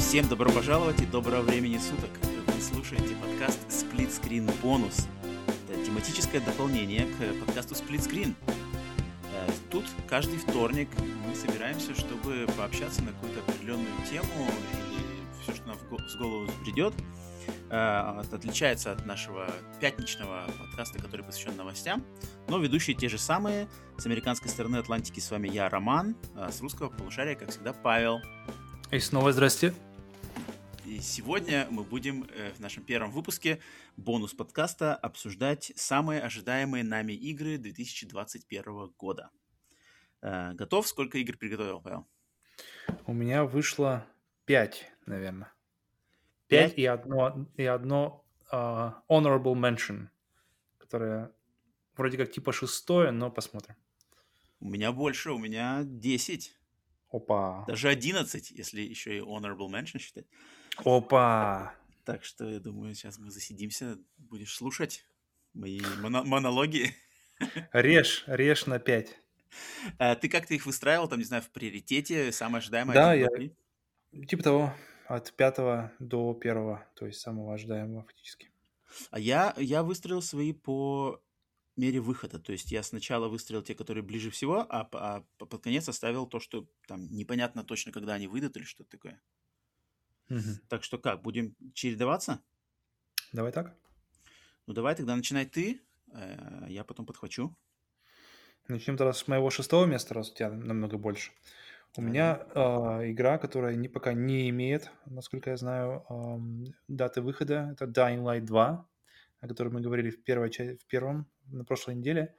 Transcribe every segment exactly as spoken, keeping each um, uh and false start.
Всем добро пожаловать и доброго времени суток. Вы слушаете подкаст Split Screen Bonus. Это тематическое дополнение к подкасту Split Screen. Тут каждый вторник мы собираемся, чтобы пообщаться на какую-то определенную тему или все, что нам в голову придет. Это отличается от нашего пятничного подкаста, который посвящен новостям, но ведущие те же самые. С американской стороны Атлантики с вами я, Роман, а с русского полушария, как всегда, Павел. И снова здрасте. И сегодня мы будем э, в нашем первом выпуске бонус подкаста обсуждать самые ожидаемые нами игры две тысячи двадцать первого года. Э, готов? Сколько игр приготовил, Павел? У меня вышло пять, наверное. Пять Пять? и одно, и одно uh, honorable mention, которое вроде как типа шестое, но посмотрим. У меня больше, у меня десять. Опа. Даже одиннадцать, если еще и honorable mention считать. Опа. Так что, я думаю, сейчас мы засидимся, будешь слушать мои моно- монологи. Режь, режь на пять. А ты как-то их выстраивал, там, не знаю, в приоритете, самое ожидаемое Да, один, я два, три? типа того, от пятого до первого, то есть самого ожидаемого фактически. А я, я выстроил свои по мере выхода. То есть я сначала выстроил те, которые ближе всего, а, п- а п- под конец оставил то, что там непонятно точно, когда они выйдут или что-то такое. Мгм. Так что как, будем чередоваться? Давай так. Ну давай тогда начинай ты, э, я потом подхвачу. Начнем тогда с моего шестого места, раз у тебя намного больше. У Да-да. меня а, игра, которая не, пока не имеет, насколько я знаю, ам, даты выхода. Это Dying Light два, о котором мы говорили в, первой, ча- в первом, на прошлой неделе.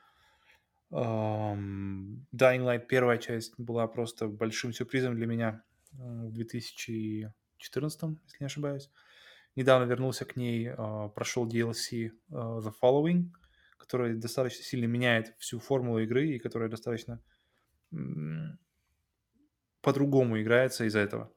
Ам, Dying Light первая часть была просто большим сюрпризом для меня м, в две тысячи четырнадцатом, если не ошибаюсь. Недавно вернулся к ней, а, прошел ди эл си а, The Following, который достаточно сильно меняет всю формулу игры и которая достаточно м, по-другому играется из-за этого.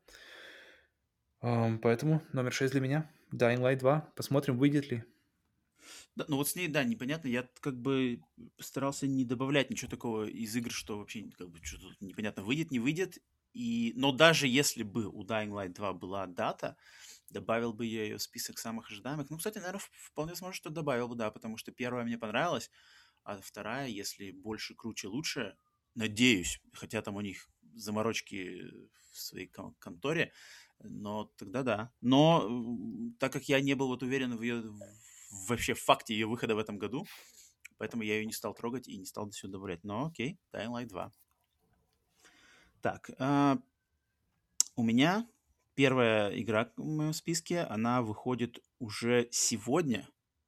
Ам, поэтому номер шесть для меня. Dying Light два. Посмотрим, выйдет ли. Да, ну вот с ней, да, непонятно. Я как бы старался не добавлять ничего такого из игр, что вообще как бы что-то тут непонятно выйдет, не выйдет. И... Но даже если бы у Dying Light два была дата, добавил бы я ее в список самых ожидаемых. Ну, кстати, наверное, вполне возможно, что добавил бы, да, потому что первая мне понравилась, а вторая, если больше, круче, лучше, надеюсь, хотя там у них заморочки в своей кон- конторе, но тогда да. Но м, так как я не был вот уверен в ее вообще в факте ее выхода в этом году, поэтому я ее не стал трогать и не стал до сюда добавлять. Но окей, Dying Light два. Так, а, у меня первая игра в моем списке, она выходит уже сегодня,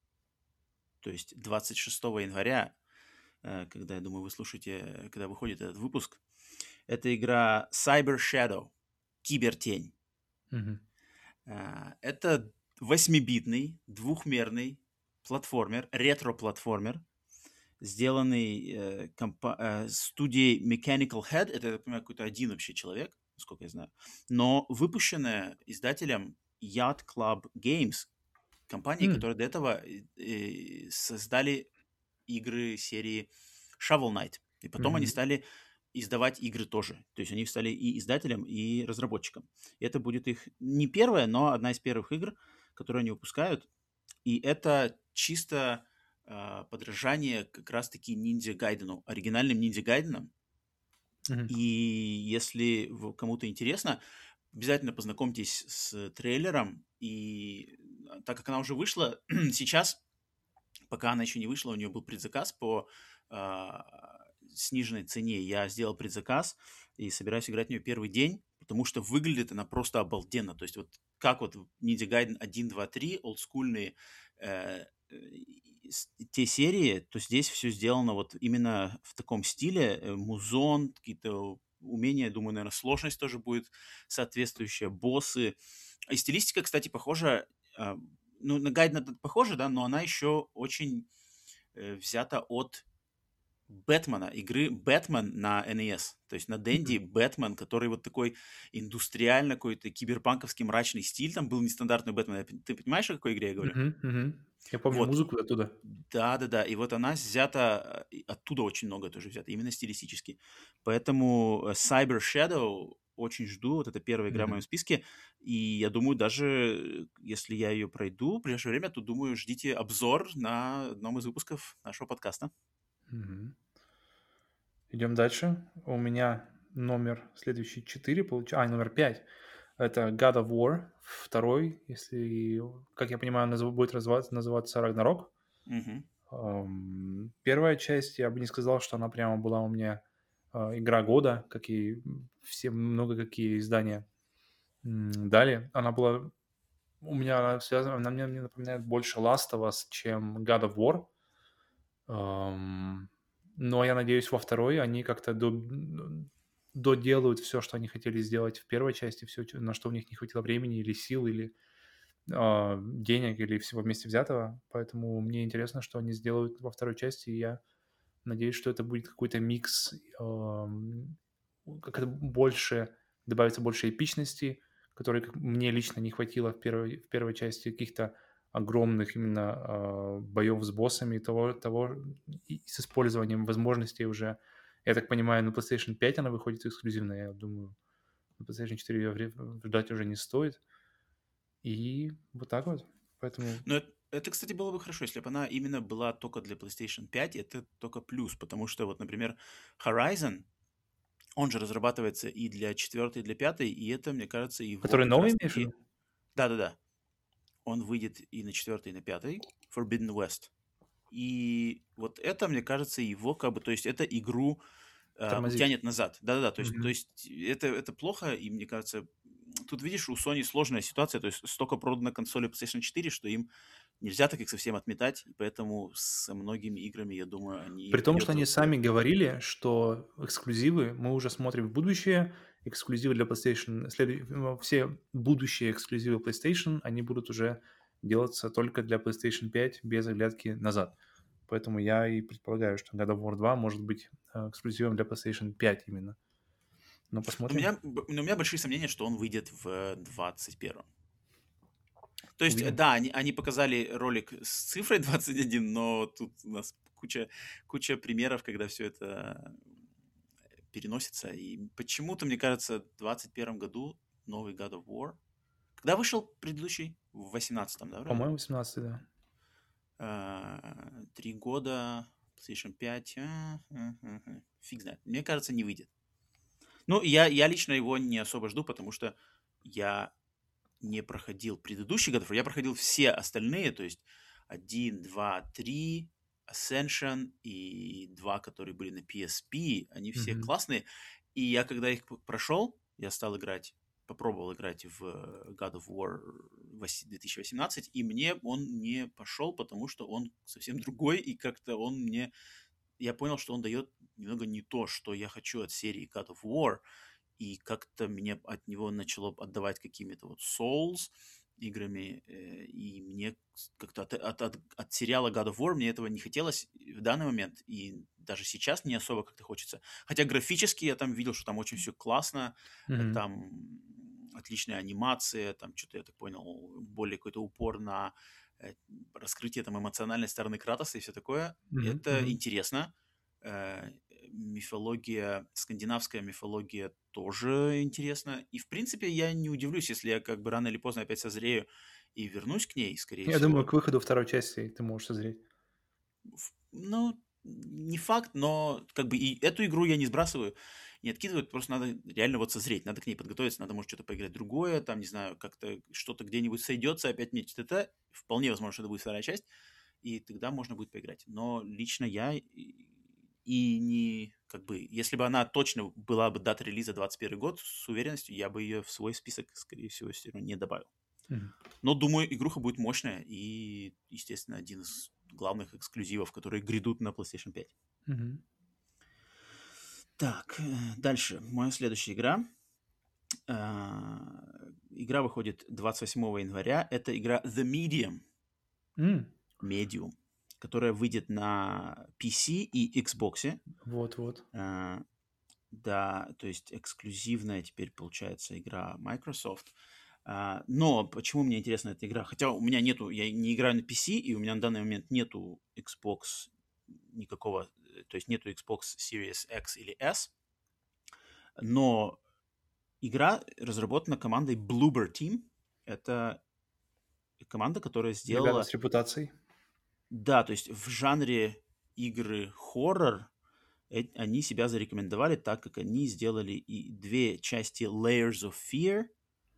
то есть двадцать шестого января, э, когда, я думаю, вы слушаете, э, когда выходит этот выпуск. Это игра Cyber Shadow, Кибертень. Мгм. А, Это восьмибитный, двухмерный платформер, ретро-платформер, сделанный э, компа- э, студией Mechanical Head. Это, я так понимаю, какой-то один вообще человек, насколько я знаю. Но выпущенная издателем Yacht Club Games, компанией, М, которые до этого э, э, создали игры серии Shovel Knight. И потом они мгм. стали издавать игры тоже. То есть они стали и издателем, и разработчиком. И это будет их не первая, но одна из первых игр, которые они выпускают. И это чисто э, подражание как раз-таки Ниндзя Гайдену, оригинальным Ниндзя Гайденом. Мгм. И если в- кому-то интересно, обязательно познакомьтесь с трейлером. И э, так как она уже вышла, сейчас, пока она еще не вышла, у нее был предзаказ по а, сниженной цене. Я сделал предзаказ и собираюсь играть в нее первый день, потому что выглядит она просто обалденно. То есть вот как вот Ninja Gaiden один, два, три, олдскульные э, э, с- те серии, то здесь все сделано вот именно в таком стиле. э, Музон, какие-то умения, думаю, наверное, сложность тоже будет соответствующая, боссы. И стилистика, кстати, похожа, а, ну, на Гайден это похоже, да, но она еще очень э, взята от Бэтмена, игры Бэтмен на эн и эс. То есть на Денди М, Бэтмен, который вот такой индустриально какой-то киберпанковский мрачный стиль, там был нестандартный Бэтмен. Ты понимаешь, о какой игре я говорю? мгм, мгм. Я помню Вот, музыку оттуда. да-да-да, и вот она взята, э, и оттуда очень много тоже взято, именно стилистически. Поэтому э, Cyber Shadow очень жду. Вот это первая игра в моем Мгм. списке. И я думаю, даже если я ее пройду в ближайшее время, то, думаю, ждите обзор на одном из выпусков нашего подкаста. Мгм. Идем дальше. У меня номер следующий четыре, получается, а, номер пять. Это God of War, второй, если, как я понимаю, назов- будет называться, называться Ragnarok. Мгм. Ам, Первая часть, я бы не сказал, что она прямо была у меня а, игра года, как и все много какие издания м, дали. Она была у меня она связана, она мне, мне напоминает больше Last of Us, чем God of War. Ам, но я надеюсь, во второй они как-то до- м, доделают все, что они хотели сделать в первой части, все, на что у них не хватило времени или сил, или а, денег, или всего вместе взятого. Поэтому мне интересно, что они сделают во второй части, и я надеюсь, что это будет какой-то микс, ам, как-то больше, добавится больше эпичности, которой как мне лично не хватило в первой, в первой части, каких-то огромных именно а, боев с боссами, того, того и с использованием возможностей уже. Я так понимаю, на PlayStation пять она выходит эксклюзивно, я думаю, на PlayStation четыре ее вре- ждать уже не стоит. И вот так вот. Поэтому Но это, это, кстати, было бы хорошо, если бы она именно была только для PlayStation пять, это только плюс, потому что вот, например, Horizon, он же разрабатывается и для четвертой, и для пятой, и это, мне кажется, его который как новый имеешь в раз-таки... виду? Да-да-да, он выйдет и на четвертой, и на пятой, Forbidden West. И вот это, мне кажется, его как бы, то есть это игру э, Тормозит. утянет назад. Да-да-да, то есть, то Мгм. есть это, это плохо, и мне кажется, тут, видишь, у Sony сложная ситуация, то есть столько продано консолей PlayStation четыре, что им нельзя так их совсем отметать, и поэтому с многими играми, я думаю, они, При им том, что придется они вот сделать. сами говорили, что эксклюзивы мы уже смотрим в будущее. Эксклюзивы для PlayStation, следу- ну, все будущие эксклюзивы PlayStation, они будут уже делаться только для PlayStation пять без оглядки назад. Поэтому я и предполагаю, что God of War два может быть э, эксклюзивом для PlayStation пять именно. Но У посмотрим, меня, б- у меня большие сомнения, что он выйдет в двадцать первом. То есть, э, увидим. да, они, они показали ролик с цифрой двадцать один, но тут у нас куча, куча примеров, когда все это переносится. И почему-то, мне кажется, в двадцать первом году новый God of War. Когда вышел предыдущий? В восемнадцатом, да, вроде? По-моему, восемнадцатый, да. А, Три года, PlayStation пять. а, а, а, а. Фиг знает. Мне кажется, не выйдет. Ну, я, я лично его не особо жду, потому что я не проходил предыдущий God of War. Я проходил все остальные, то есть один, два, три, Ascension и два, которые были на пи эс пи. Они все Мгм. классные. И я, когда их п- прошел, я стал играть, попробовал играть в э, God of War вось- две тысячи восемнадцать, и мне он не пошел, потому что он совсем другой, и как-то он мне... Я понял, что он дает немного не то, что я хочу от серии God of War, и как-то мне от него начало отдавать какими-то вот Souls играми, э, и мне как-то от, от, от, от сериала God of War мне этого не хотелось в данный момент, и даже сейчас не особо как-то хочется. Хотя графически я там видел, что там очень все классно, э, Мгм. там отличная анимация, там что-то, я так понял, более какой-то упор на э, раскрытие там эмоциональной стороны Кратоса и все такое. Мгм. Это Мгм. интересно. Э, Мифология, скандинавская мифология тоже интересна. И, в принципе, я не удивлюсь, если я как бы рано или поздно опять созрею и вернусь к ней, скорее Я думаю, всего. к выходу второй части ты можешь созреть. В- Ну, не факт, но как бы и эту игру я не сбрасываю, не откидываю, просто надо реально вот созреть, надо к ней подготовиться, надо, может, что-то поиграть другое, там, не знаю, как-то что-то где-нибудь сойдется, опять мне что-то, вполне возможно, что это будет вторая часть, и тогда можно будет поиграть. Но лично я и, и не, как бы, если бы она точно была бы дата релиза двадцать первый год, с уверенностью я бы ее в свой список, скорее всего, все равно не добавил. Мгм. Но, думаю, игруха будет мощная и, естественно, один из главных эксклюзивов, которые грядут на PlayStation пять. Мгм. Так, э, дальше. Моя следующая игра. А, Игра выходит двадцать восьмого января. Это игра The Medium, М. Medium, которая выйдет на пи си и Xbox. Вот-вот. А, Да, то есть эксклюзивная теперь получается игра Microsoft. А, но почему мне интересна эта игра? Хотя у меня нету, я не играю на пи си, и у меня на данный момент нету Xbox никакого, э, то есть нету Xbox Series X или S, но Игра разработана командой Bloober Team. Это команда, которая Ребята сделала... с репутацией. Да, то есть в жанре игры хоррор э- они себя зарекомендовали, так как они сделали и две части Layers of Fear,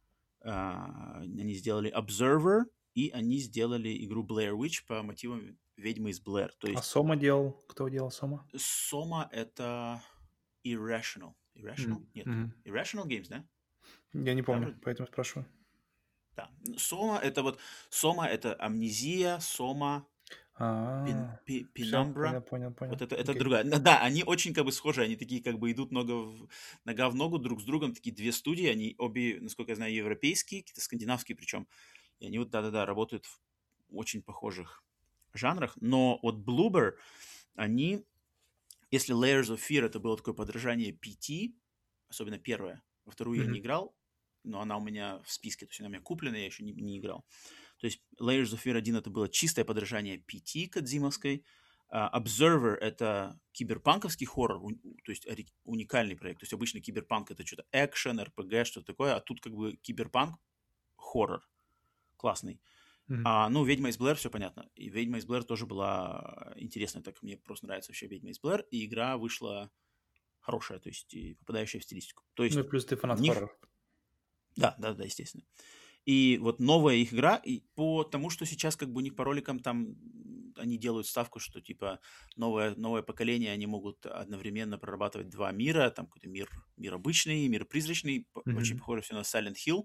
а, они сделали Observer, и они сделали игру Blair Witch по мотивам «Ведьмы из Блэр». То А есть Сома делал? Кто делал Сома? Soma — это Irrational. Irrational? М, Нет. мгм. Irrational Games, да? Я не Да, помню, вроде. поэтому спрашиваю. Да. Soma — это вот... Soma — это Амнезия, Soma, Пин, А, Пи- все, Penumbra. понял, понял, Вот понял. это, это Окей. другая. Да, да, они очень как бы схожи, они такие как бы идут нога в, нога в ногу друг с другом, такие две студии, они обе, насколько я знаю, европейские, какие-то скандинавские причем. И они вот, да-да-да, работают в очень похожих жанрах. Но вот Bloober, они, если Layers of Fear это было такое подражание пи ти, особенно первое, во вторую я не Мгм. играл, но она у меня в списке, то есть она у меня куплена, я еще не, не играл. То есть Layers of Fear один это было чистое подражание пи ти кодзимовской. А, Observer — это киберпанковский хоррор, у- у- то есть ори- уникальный проект. То есть обычно киберпанк — это что-то экшен, эр пи джи, что-то такое, а тут как бы киберпанк хоррор классный. Мгм. А, ну, «Ведьма из Блэр» все понятно. И «Ведьма из Блэр» тоже была интересная, так мне просто нравится вообще «Ведьма из Блэр», и игра вышла хорошая, то есть и попадающая в стилистику. То Ну и есть плюс ты у фанат них... хорроров. Да, да, да, естественно. И вот новая их игра, и по тому, что сейчас как бы у них по роликам там м, они делают ставку, что типа новое, новое поколение, они могут одновременно прорабатывать два мира, там какой-то мир, мир обычный, мир призрачный, п- очень Мгм. похоже все на Silent Hill,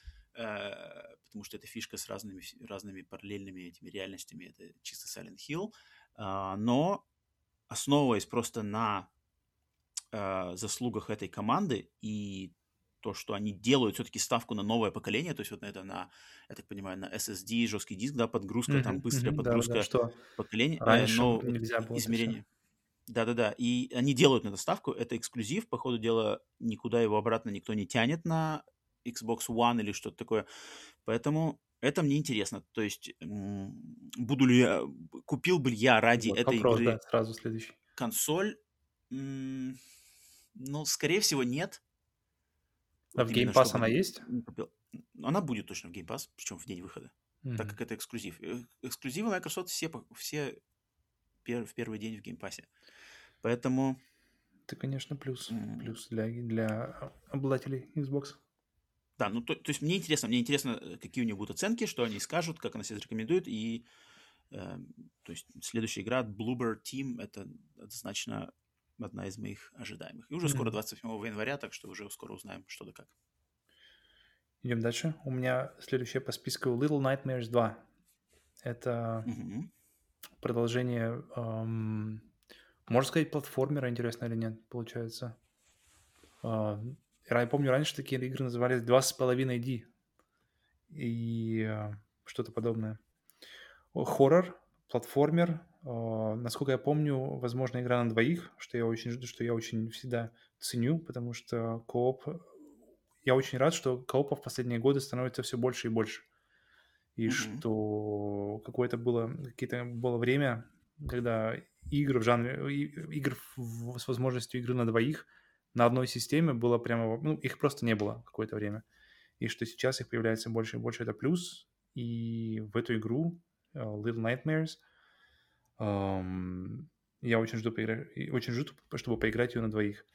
э, потому что это фишка с разными, фи- разными параллельными этими реальностями, это чисто Silent Hill, А, но основываясь просто на э, заслугах этой команды и то, что они делают все-таки ставку на новое поколение, то есть вот на это, на, я так понимаю, на эс эс ди, жесткий диск, да, подгрузка, там Мгм. быстрая Мгм. Да-да-да, подгрузка что поколения, э, раньше но вот нельзя и- было это все. измерения. Да-да-да, и они делают на это ставку, это эксклюзив, по ходу дела никуда его обратно никто не тянет на Xbox One или что-то такое, поэтому это мне интересно, то есть м, буду ли я, купил бы я ради Вот этой вопрос, да, игры сразу следующий. консоль? М, ну, скорее всего, нет. А в Вот Game именно Pass чтобы она н- есть? не купил. Она будет точно в Game Pass, причем в день выхода, так Мгм. как это эксклюзив. Э, Эксклюзивы Microsoft все, по- все пер- в первый день в Game Pass. Поэтому, Это, конечно, плюс. м, Плюс для, для обладателей Xbox. да, ну то, то есть мне интересно, мне интересно, э, какие у них будут оценки, что они скажут, как она себя зарекомендует. И э, то есть следующая игра от Bloober Team это однозначно одна из моих ожидаемых. И уже скоро Мгм. двадцать седьмого января, так что уже скоро узнаем, что да как. Идем дальше. У меня следующее по списку Little Nightmares два. Это Мгм. продолжение, ам, можно сказать, платформера, интересно или нет, получается. А, я помню, раньше такие игры назывались два с половиной D и а, что-то подобное. О, хоррор, платформер. А, насколько я помню, возможно, игра на двоих, что я очень жду, что я очень всегда ценю, потому что кооп... Я очень рад, что коопа в последние годы становится все больше и больше. И Мгм. что какое-то было, какие-то было время, когда игры в жанре, и- игр в- с возможностью игры на двоих на одной системе было прямо, ну, их просто не было какое-то время. И что сейчас их появляется больше и больше, это плюс. И в эту игру э, Little Nightmares ам, я очень жду, поигра- и очень жду, чтобы поиграть ее на двоих.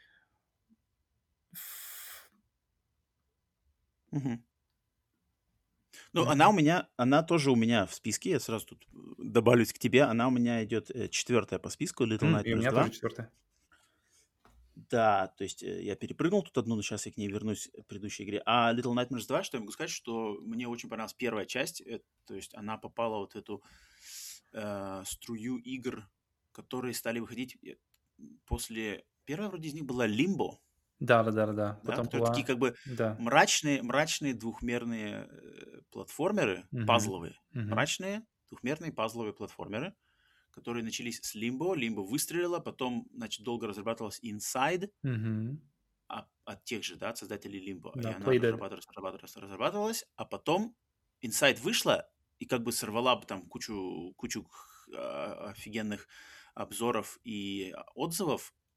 Мгм. Ну, она М, у меня, она тоже у меня в списке. Я сразу тут э, добавлюсь к тебе. Она у меня идет э, четвертая по списку, Little м, И у Nightmares меня тоже два. четвертая. Да, то есть э, я перепрыгнул тут одну, но сейчас я к ней вернусь в предыдущей игре. А Little Nightmares два, что я могу сказать, что мне очень понравилась первая часть. э, то есть она попала вот в эту э, струю игр, которые стали выходить э, после... Первая вроде из них была Limbo, Да, да, да, да, да. да, Потом которые такие была, как бы да. мрачные, мрачные двухмерные э, платформеры, Мгм, пазловые, мгм, мрачные двухмерные пазловые платформеры, которые начались с Limbo, Limbo выстрелила, потом, значит, долго разрабатывалась Inside, мгм. а- от тех же, да, от создателей Limbo, и Да, она Playdead. разрабатывалась, разрабатывалась, разрабатывалась, а потом Inside вышла и как бы сорвала бы там кучу, кучу а, офигенных обзоров и отзывов,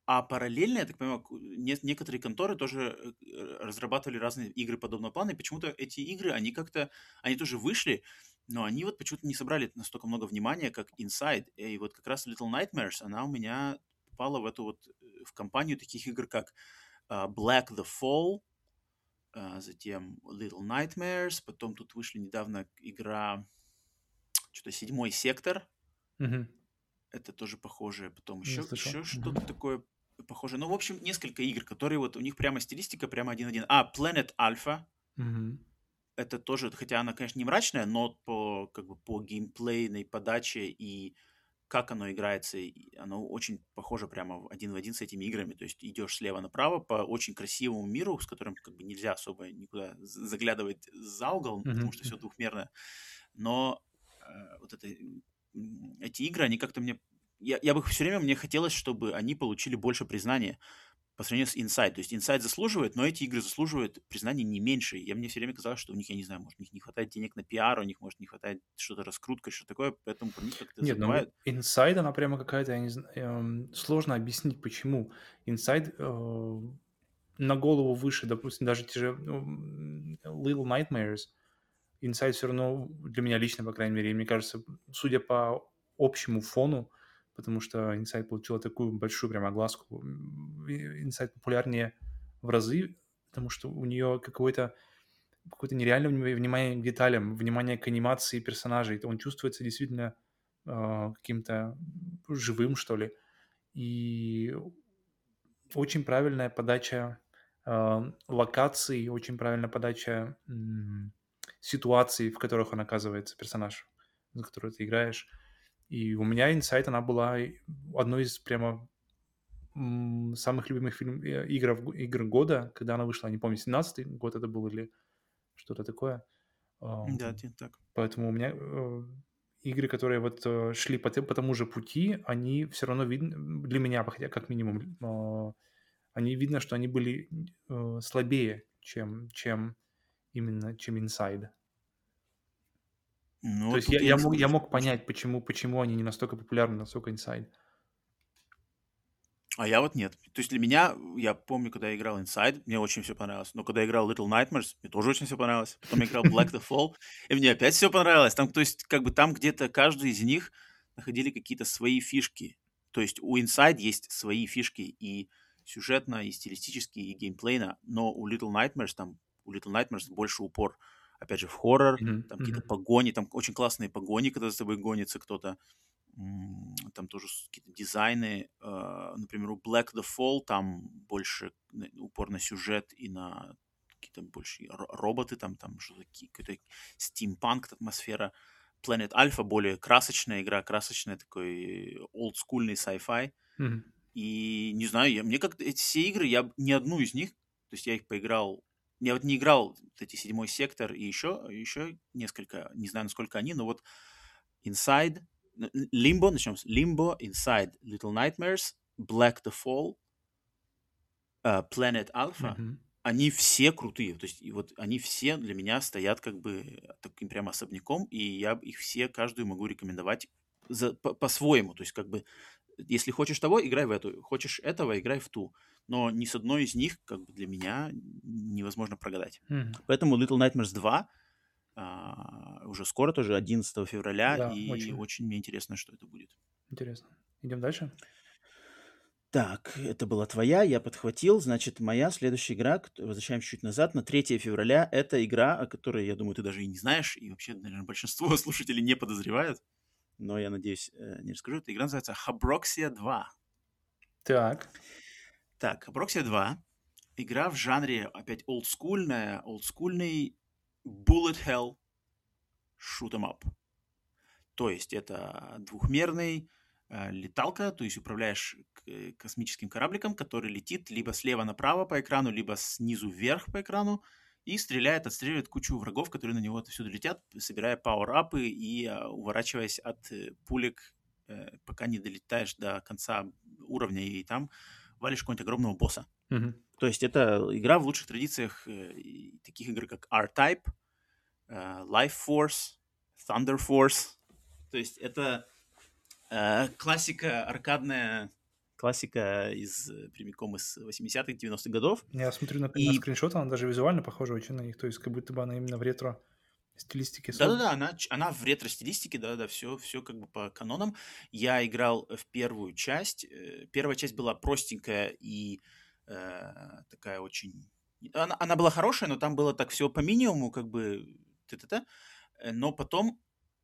А параллельно, я так понимаю, ку- не- некоторые конторы тоже э, разрабатывали разные игры подобного плана, и почему-то эти игры, они как-то, они тоже вышли, но они вот почему-то не собрали настолько много внимания, как Inside. И вот как раз Little Nightmares, она у меня попала в эту вот, э, в компанию таких игр, как а, Black the Fall, а, затем Little Nightmares, потом тут вышли недавно игра, что-то Седьмой Сектор, Мгм. это тоже похожее, потом Не еще, слышал. еще Мгм. что-то такое похожее. Ну, в общем, несколько игр, которые вот у них прямо стилистика, прямо один-один. А, Planet Alpha, Мгм. это тоже, хотя она, конечно, не мрачная, но по, как бы, по геймплейной подаче и как оно играется, и оно очень похоже прямо в- один в один с этими играми. То есть идешь слева направо по очень красивому миру, с которым как бы нельзя особо никуда з- заглядывать за угол, потому Мгм. что все двухмерно. Но э, вот это, м, эти игры, они как-то мне... Я, я бы все время, мне хотелось, чтобы они получили больше признания по сравнению с Inside. То есть Inside заслуживает, но эти игры заслуживают признания не меньше. Я мне все время казалось, что у них, я не знаю, может, у них не хватает денег на пиар, у них, может, не хватает что-то раскрутка, что такое, поэтому про них как-то Нет, ну вот забывают. Inside, она прямо какая-то, я не знаю, сложно объяснить, почему. Inside э, на голову выше, допустим, даже те же ну, м, Little Nightmares. Inside все равно для меня лично, по крайней мере, и мне кажется, судя по общему фону, потому что Inside получила такую большую прям огласку, м, и Inside популярнее в разы, потому что у нее какое-то какое-то нереальное вни- внимание к деталям, внимание к анимации персонажей. Он чувствуется действительно э, каким-то живым, что ли. И очень правильная подача э, локаций, очень правильная подача м, ситуаций, в которых он оказывается, персонаж, за которого ты играешь. И у меня Inside, она была и одной из прямо м, самых любимых фильм, э, игр, в- игр года, когда она вышла. Не помню, семнадцатый год это был или что-то такое. Ам, Да, те- так. Поэтому у меня э, игры, которые вот э, шли по, те- по тому же пути, они все равно видны, для меня, хотя как минимум, а, они видно, что они были э, слабее, чем, чем именно, чем Inside. Ну, То вот есть я, тут я я, не мог, я соглашусь, мог потому что... понять, почему, почему они не настолько популярны, насколько Inside. А я вот нет. То есть для меня, я помню, когда я играл Inside, мне очень все понравилось. Но когда я играл Little Nightmares, мне тоже очень все понравилось. Потом я играл Black the Fall, и мне опять все понравилось. Там, то есть, как бы там где-то каждый из них находили какие-то свои фишки. То есть у Inside есть свои фишки и сюжетно, и стилистически, и геймплейно. Но у Little Nightmares, там, у Little Nightmares больше упор, опять же, в хоррор, Мгм, там какие-то мгм, погони, там очень классные погони, когда за тобой гонится кто-то. М, Там тоже с- какие-то дизайны. э, Например, у Black the Fall там больше на- упор на сюжет и на какие-то больше ро- роботы, там, там что-то, ки- какой-то стимпанк атмосфера. Planet Alpha более красочная игра, красочная такой олдскульный sci-fi. мгм, И не знаю, я, мне как-то эти все игры, я б- ни одну из них, то есть я их поиграл, я вот не играл вот эти Седьмой Сектор и еще, еще несколько, не знаю, насколько они, но вот Inside, н- н- Limbo, начнем с Limbo, Inside, Little Nightmares, Black the Fall, э, Planet Alpha, мгм, они все крутые. То есть и вот они все для меня стоят как бы таким прямо особняком, и я б их все, каждую могу рекомендовать за- по- по-своему. То есть как бы если хочешь того, играй в эту, хочешь этого, играй в ту. Но ни с одной из них как бы для меня невозможно прогадать. мгм. Поэтому Little Nightmares два а, уже скоро, тоже одиннадцатого февраля, Да, и очень очень мне интересно, что это будет. интересно. Идем дальше? Так, это была твоя, я подхватил. Значит, моя следующая игра, кт- возвращаемся чуть назад, на третьего февраля. Это игра, о которой, я думаю, ты даже и не знаешь, и вообще, наверное, большинство слушателей не подозревают. Но я надеюсь, э, не расскажу. Эта игра называется Habroxia два. Так. Так, Habroxia два. Игра в жанре, опять, олдскульная, олдскульный bullet hell shoot 'em up. То есть это двухмерный э, леталка, то есть управляешь к- космическим корабликом, который летит либо слева направо по экрану, либо снизу вверх по экрану и стреляет, отстреливает кучу врагов, которые на него отовсюду летят, собирая пауэр-апы и а, уворачиваясь от э, пулек, э, пока не долетаешь до конца уровня и там валишь какого-нибудь огромного босса. Мгм, То есть это игра в лучших традициях э, и таких игр, как R-Type, э, Life Force, Thunder Force. То есть это э, классика аркадная классика из э, прямиком из восьмидесятых, девяностых годов. Я смотрю на, на И скриншот, она даже визуально похожа очень на них, то есть как будто бы она именно в ретро-стилистике создана. да-да-да, она, ч- она в ретро-стилистике, да-да, все, все как бы по канонам. Я играл в первую часть. э, Первая часть была простенькая и э, такая очень... Она, она была хорошая, но там было так все по минимуму, как бы... т-т-т. Э, Но потом,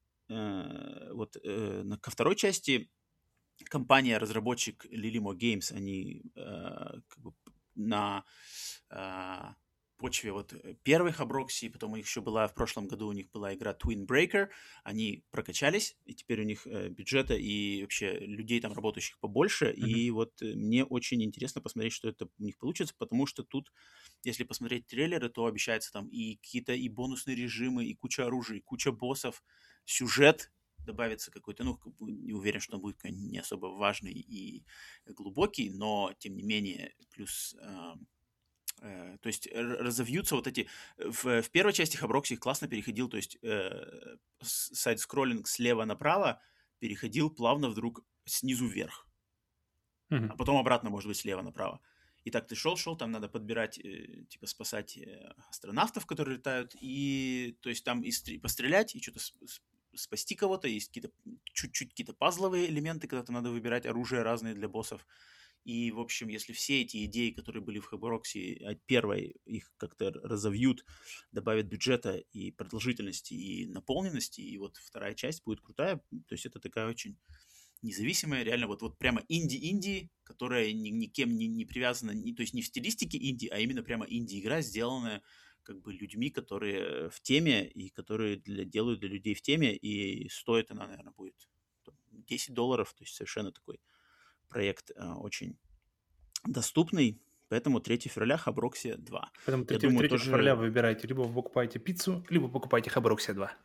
э, вот э, на- ко второй части компания-разработчик Lilimo Games, они э, как бы п- на а, почве вот э, первых Аброкси, потом у них еще была в прошлом году у них была игра Twin Breaker, они прокачались, и теперь у них э, бюджета и вообще людей там работающих побольше, Мгм. и вот э, мне очень интересно посмотреть, что это у них получится, потому что тут, если посмотреть трейлеры, то обещается там и какие-то и бонусные режимы, и куча оружия, и куча боссов, сюжет добавится какой-то, ну, как бы не уверен, что он будет какой-нибудь не особо важный и глубокий, но тем не менее, плюс а, э, то есть р- разовьются вот эти... В, в первой части Хаброкси классно переходил, то есть э, с- сайд-скроллинг слева направо переходил плавно вдруг снизу вверх, а Мгм. потом обратно, может быть, слева направо. И так ты шел-шел, там надо подбирать, э, типа, спасать э, астронавтов, которые летают, и, то есть, там и стр- пострелять, и что-то с- с- спасти кого-то, есть какие-то чуть-чуть какие-то пазловые элементы, когда-то надо выбирать оружие разные для боссов. И, в общем, если все эти идеи, которые были в Хабароксе, от первой их как-то разовьют, добавят бюджета и продолжительности, и наполненности, и вот вторая часть будет крутая, то есть это такая очень независимая, реально вот, вот прямо инди-инди, которая ни, никем не, не привязана, не, то есть не в стилистике инди, а именно прямо инди-игра, сделанная как бы людьми, которые в теме и которые для, делают для людей в теме, и стоит она, наверное, будет там, десять долларов, то есть совершенно такой проект а, очень доступный, поэтому третьего февраля Хаброксия два. Поэтому Я 3, думаю, 3 февраля тоже вы выбираете, либо вы покупаете пиццу, либо покупаете Хаброксия два.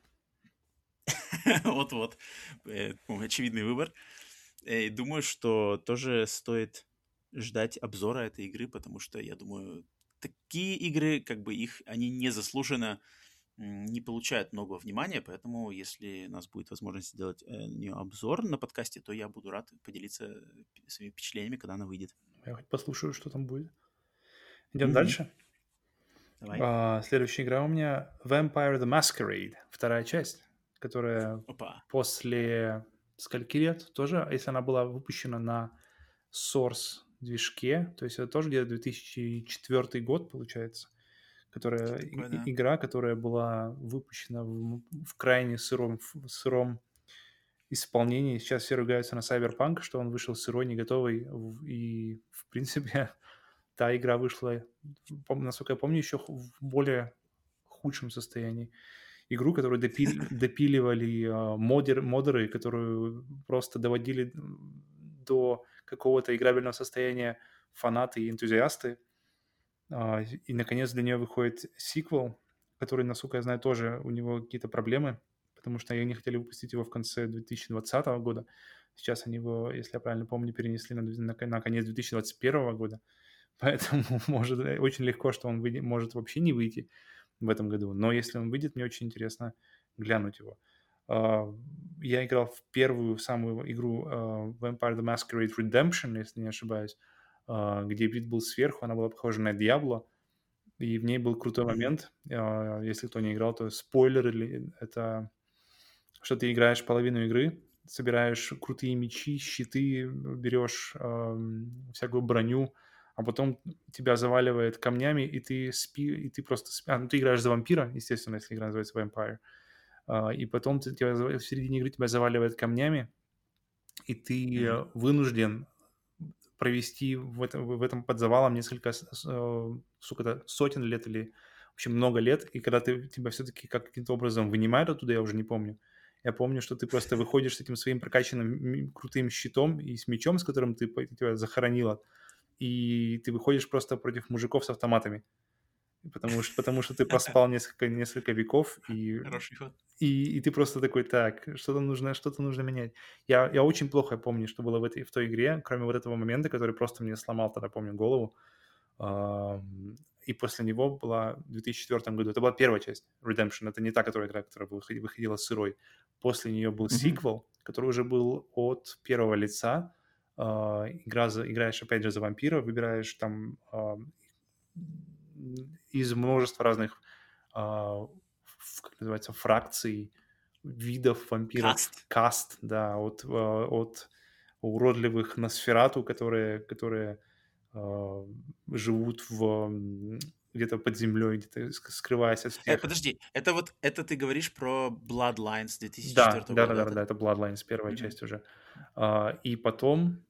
вот-вот, э, ну, очевидный выбор. Э, думаю, что тоже стоит ждать обзора этой игры, потому что, я думаю, такие игры, как бы их, они незаслуженно м, не получают много внимания, поэтому если у нас будет возможность сделать э, на нее обзор на подкасте, то я буду рад поделиться э, п- своими впечатлениями, когда она выйдет. Я хоть послушаю, что там будет. Идем Мгм. дальше. Давай. А, следующая игра у меня Vampire the Masquerade, вторая часть, которая Опа. после скольки лет тоже, если она была выпущена на Source движке, то есть это тоже где-то две тысячи четвёртый год, получается, Что которая и- такое, и- да? игра, которая была выпущена в, в крайне сыром, в сыром исполнении. Сейчас все ругаются на Cyberpunk, что он вышел сырой, не готовый, в- и, в принципе, та игра вышла, пом- насколько я помню, еще ху- в более худшем состоянии. Игру, которую допили- допиливали а, модер, модеры, которую просто доводили м, до какого-то играбельного состояния фанаты и энтузиасты. А, И, наконец, для нее выходит сиквел, который, насколько я знаю, тоже у него какие-то проблемы, потому что они хотели выпустить его в конце две тысячи двадцатого года. Сейчас они его, если я правильно помню, перенесли на, две- на, кон- на конец две тысячи двадцать первого года. Поэтому может, э, очень легко, что он выйдет, может вообще не выйти в этом году. Но если он выйдет, мне очень интересно глянуть его. А, Я играл в первую самую игру а, Vampire the Masquerade Redemption, если не ошибаюсь, а, где вид был сверху, она была похожа на Diablo, и в ней был крутой Мгм. момент. А, Если кто не играл, то спойлер, или это что ты играешь половину игры, собираешь крутые мечи, щиты, берешь ам, всякую броню, а потом тебя заваливает камнями, и ты спи, и ты просто спи. А, ну ты играешь за вампира, естественно, если игра называется Vampire. А, и потом ты, тебя, зава- в середине игры тебя заваливает камнями, и ты Мгм. э, вынужден провести в этом, в этом под завалом несколько, с- с, э, сколько-то, сотен лет или, в общем, много лет, и когда ты, тебя все-таки как, каким-то образом вынимают оттуда, я уже не помню. Я помню, что ты просто выходишь с этим своим прокачанным м- крутым щитом и с мечом, с которым ты, по- тебя захоронило, и ты выходишь просто против мужиков с автоматами, потому что, потому что ты проспал несколько, несколько веков, и Хороший ход. и, и ты просто такой, так, что-то нужно, что-то нужно менять. Я, я очень плохо помню, что было в, этой, в той игре, кроме вот этого момента, который просто мне сломал тогда, помню, голову. Ам, И после него была в две тысячи четвёртом году, это была первая часть Redemption, это не та, которая игра, которая выходи- выходила сырой. После нее был Мгм. сиквел, который уже был от первого лица, а, игра за, играешь опять же за вампира, выбираешь там а, из множества разных, а, ф- как называется, фракций, видов вампиров, Каст. каст, да, от, а, от уродливых Носферату, которые, которые а, живут в м, где-то под землей, где-то ск- скрываясь от Э, всех. подожди, это вот, это ты говоришь про Bloodlines Да, две тысячи четвёртого года, да-да-да, да? да, это Bloodlines, первая Мгм. часть уже. А, и потом,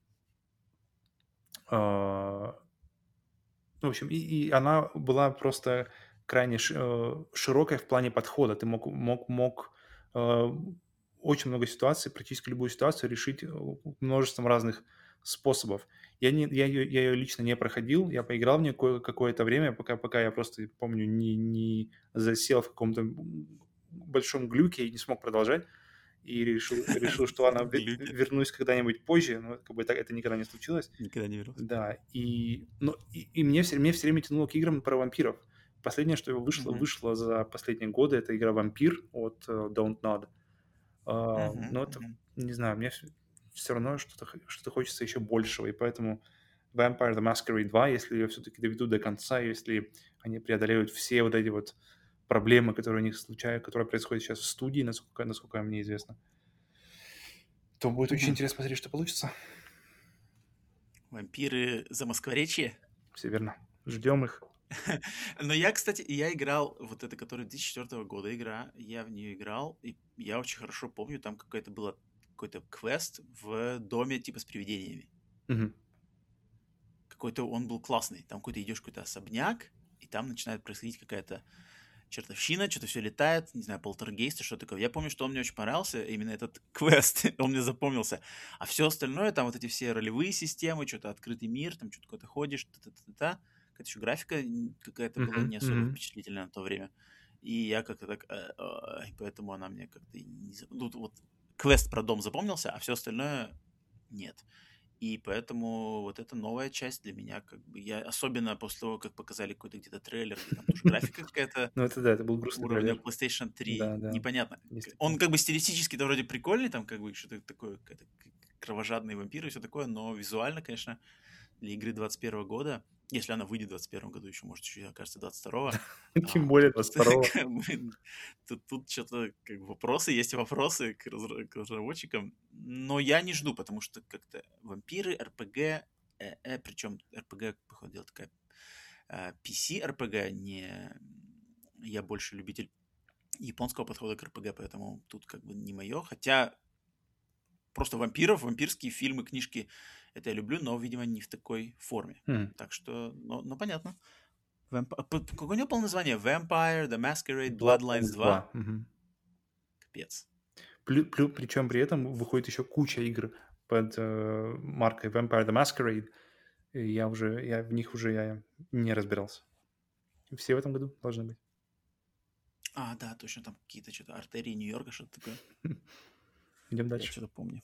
а, в общем, и и она была просто крайне ш э, широкой в плане подхода. Ты мог мог мог, э, очень много ситуаций, практически любую ситуацию решить, э, множеством разных способов. Я не я ее я её лично не проходил, я поиграл в нее кое какое-то время, пока пока я просто, помню, не не засел в каком-то, м, большом глюке и не смог продолжать. И решил решил, что ладно, ве Глюки. вернусь когда-нибудь позже, но как бы так это никогда не случилось. Никогда не верился. Да, и, но и и мне все мне всё время тянуло к играм про вампиров. Последнее, что вышло Мгм. вышло за последние годы — это игра "Вампир" от, э, Don't Nod. А, Мгм. но это, Мгм. не знаю, мне все равно что-то х что-то хочется еще большего, и поэтому Vampire: The Masquerade два, если ее все-таки доведут до конца, если они преодолеют все вот эти вот проблемы, которые у них случаются, которые происходят сейчас в студии, насколько насколько мне известно, то будет очень Мгм. интересно посмотреть, что получится. Вампиры Замоскворечья. Все верно. Ждем их. Но я, кстати, я играл, вот это, который две тысячи четвёртого года игра, я в нее играл, и я очень хорошо помню, там какой-то был какой-то квест в доме типа с привидениями. Мгм. Какой-то он был классный. Там какой-то идешь в какой-то особняк, и там начинает происходить какая-то чертовщина, что-то все летает, не знаю, полтергейсты, что такое. Я помню, что он мне очень понравился, именно этот квест, он мне запомнился. А все остальное, там вот эти все ролевые системы, что-то открытый мир, там что-то куда-то ходишь, та-та-та-та. Какая-то еще графика н- какая-то была Мгм. не особо Мгм. впечатлительная на то время. И я как-то так, э, э, и поэтому она мне как-то и не... за- Ну, вот квест про дом запомнился, а все остальное нет. И поэтому вот эта новая часть для меня, как бы, я особенно после того, как показали какой-то где-то трейлер, где там тоже графика какая-то Ну, это да, это был грустный уровня трейлер. PlayStation три, Да, да, непонятно. есть К- такое. Он как бы стилистически-то вроде прикольный, там как бы что-то такое, какая-то к- кровожадные вампиры и все такое, но визуально, конечно, для игры двадцать первого года, если она выйдет в двадцать первом году, еще, может, еще окажется двадцать второго, Тем а, более тут, двадцать второго. как бы, тут, тут что-то как бы вопросы, есть вопросы к, разра- к разработчикам, но я не жду, потому что как-то вампиры, эр пи джи, э, э, причем эр пи джи, походу, дела такая э, пи си эр пи джи, не... Я больше любитель японского подхода к эр пи джи, поэтому тут как бы не мое. Хотя просто вампиров, вампирские фильмы, книжки, это я люблю, но, видимо, не в такой форме. М. Так что, ну, ну понятно. Вамп- а п- Какое у него полное название? Vampire, The Masquerade, Bloodlines Bloodlines два. два. Мгм. Капец. Плю плю Причем при этом выходит еще куча игр под, э, маркой Vampire: The Masquerade. И я уже я в них уже я не разбирался. Все в этом году должны быть. А, да, точно, там какие-то что-то артерии Нью-Йорка, что-то такое. Идем Я дальше. что-то помню.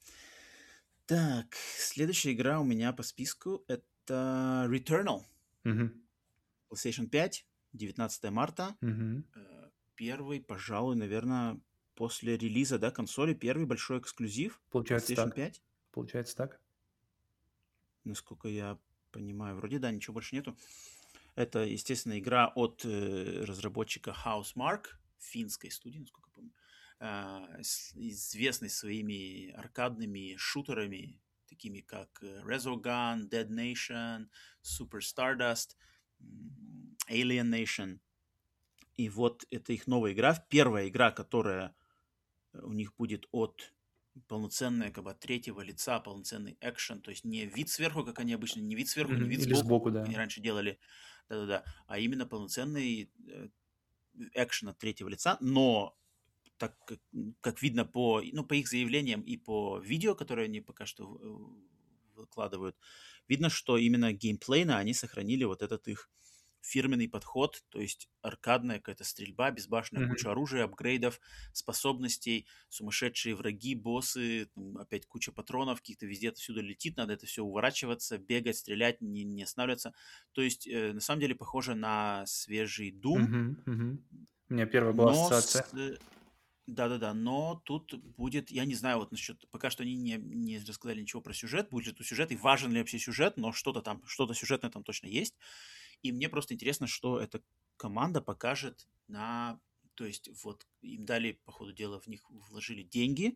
Так, следующая игра у меня по списку это Returnal. Мгм. PlayStation пять, девятнадцатого марта. Мгм. Э, Первый, пожалуй, наверное, после релиза, да, консоли, первый большой эксклюзив Получается PlayStation так. пять. Получается так. Насколько я понимаю, вроде да, ничего больше нету. Это, естественно, игра от э, разработчика Housemarque, финской студии, насколько я помню, а, с- известный своими аркадными шутерами, такими как э, Resogun, Dead Nation, Super Stardust, м, Alien Nation. И вот это их новая игра, первая игра, которая э, у них будет от полноценная, как бы от третьего лица, полноценный экшен, то есть не вид сверху, как они обычно, не вид сверху, не Мгм. вид Или сбоку, сбоку, как они да. раньше делали, да-да-да, а именно полноценный э, экшен от третьего лица, но так как, м, как видно по, ну, по их заявлениям и по видео, которые они пока что э, выкладывают, видно, что именно геймплейно они сохранили вот этот их фирменный подход, то есть аркадная какая-то стрельба, безбашенная Мгм. куча оружия, апгрейдов, способностей, сумасшедшие враги, боссы, там опять куча патронов, каких-то везде отсюда летит, надо это все уворачиваться, бегать, стрелять, не, не останавливаться. То есть, э, на самом деле, похоже на свежий Doom, Мгм. Мгм. У меня первая была но с, ассоциация. Да-да-да, но тут будет, я не знаю, вот насчет, пока что они не, не рассказали ничего про сюжет, будет ли тут сюжет и важен ли вообще сюжет, но что-то там, что-то сюжетное там точно есть. И мне просто интересно, что эта команда покажет на, то есть вот им дали, по ходу дела, в них вложили деньги,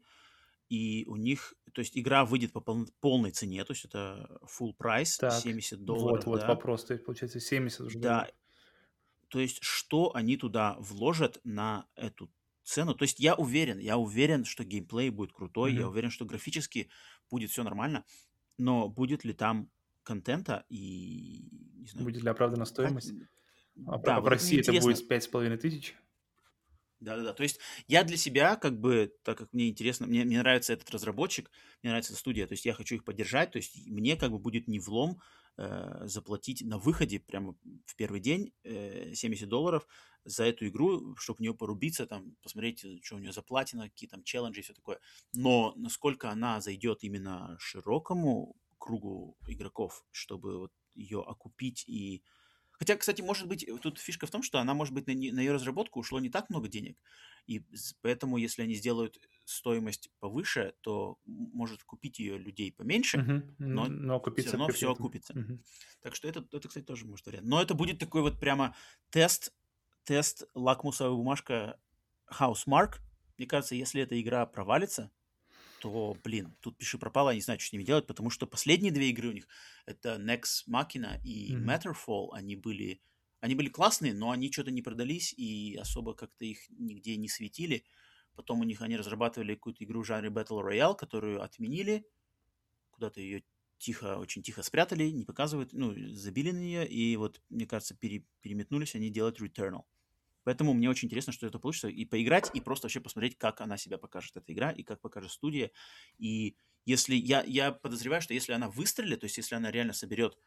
и у них, то есть игра выйдет по пол- полной цене, то есть это full price, Так, семьдесят долларов, вот-вот да. вопрос. То есть, получается, семьдесят уже Да, долларов. то есть, что они туда вложат на эту цену? То есть, я уверен, я уверен, что геймплей будет крутой, я Мгм. уверен, что графически будет все нормально, но будет ли там контента и, не знаю, Будет ли оправдана хот- стоимость? А, в- да, а в вот это мне России это интересно. будет пять с половиной тысяч? Да-да-да. То есть я для себя, как бы, так как мне интересно, мне, мне нравится этот разработчик, мне нравится эта студия, то есть я хочу их поддержать, то есть мне как бы будет не влом э, заплатить на выходе прямо в первый день э, семьдесят долларов за эту игру, чтобы в нее порубиться, там, посмотреть, э, что у нее за платина, какие там челленджи и все такое. Но насколько она зайдет именно широкому кругу игроков, чтобы вот ее окупить и хотя, кстати, может быть, э, тут фишка в том, что она, может быть, на, не- на ее разработку ушло не так много денег. И с- поэтому, если они сделают стоимость повыше, то м- может купить ее людей поменьше, Мгм. но Н- Но все окупиться равно при все этом. окупится. Мгм. Так что это, это, кстати, тоже может вариант. Но это будет такой вот прямо тест, тест, лакмусовая бумажка Housemark. Мне кажется, если эта игра провалится, то, блин, тут пиши пропало, я не знаю, что с ними делать, потому что последние две игры у них, это Nex Machina и Мгм. Matterfall, они были, они были классные, но они что-то не продались и особо как-то их нигде не светили. Потом у них они разрабатывали какую-то игру в жанре Battle Royale, которую отменили, куда-то ее тихо, очень тихо спрятали, не показывают, ну, забили на нее, и вот, мне кажется, пере- переметнулись они делать Returnal. Поэтому мне очень интересно, что это получится, и поиграть, и просто вообще посмотреть, как она себя покажет, эта игра, и как покажет студия. И если я, я подозреваю, что если она выстрелит, то есть если она реально соберет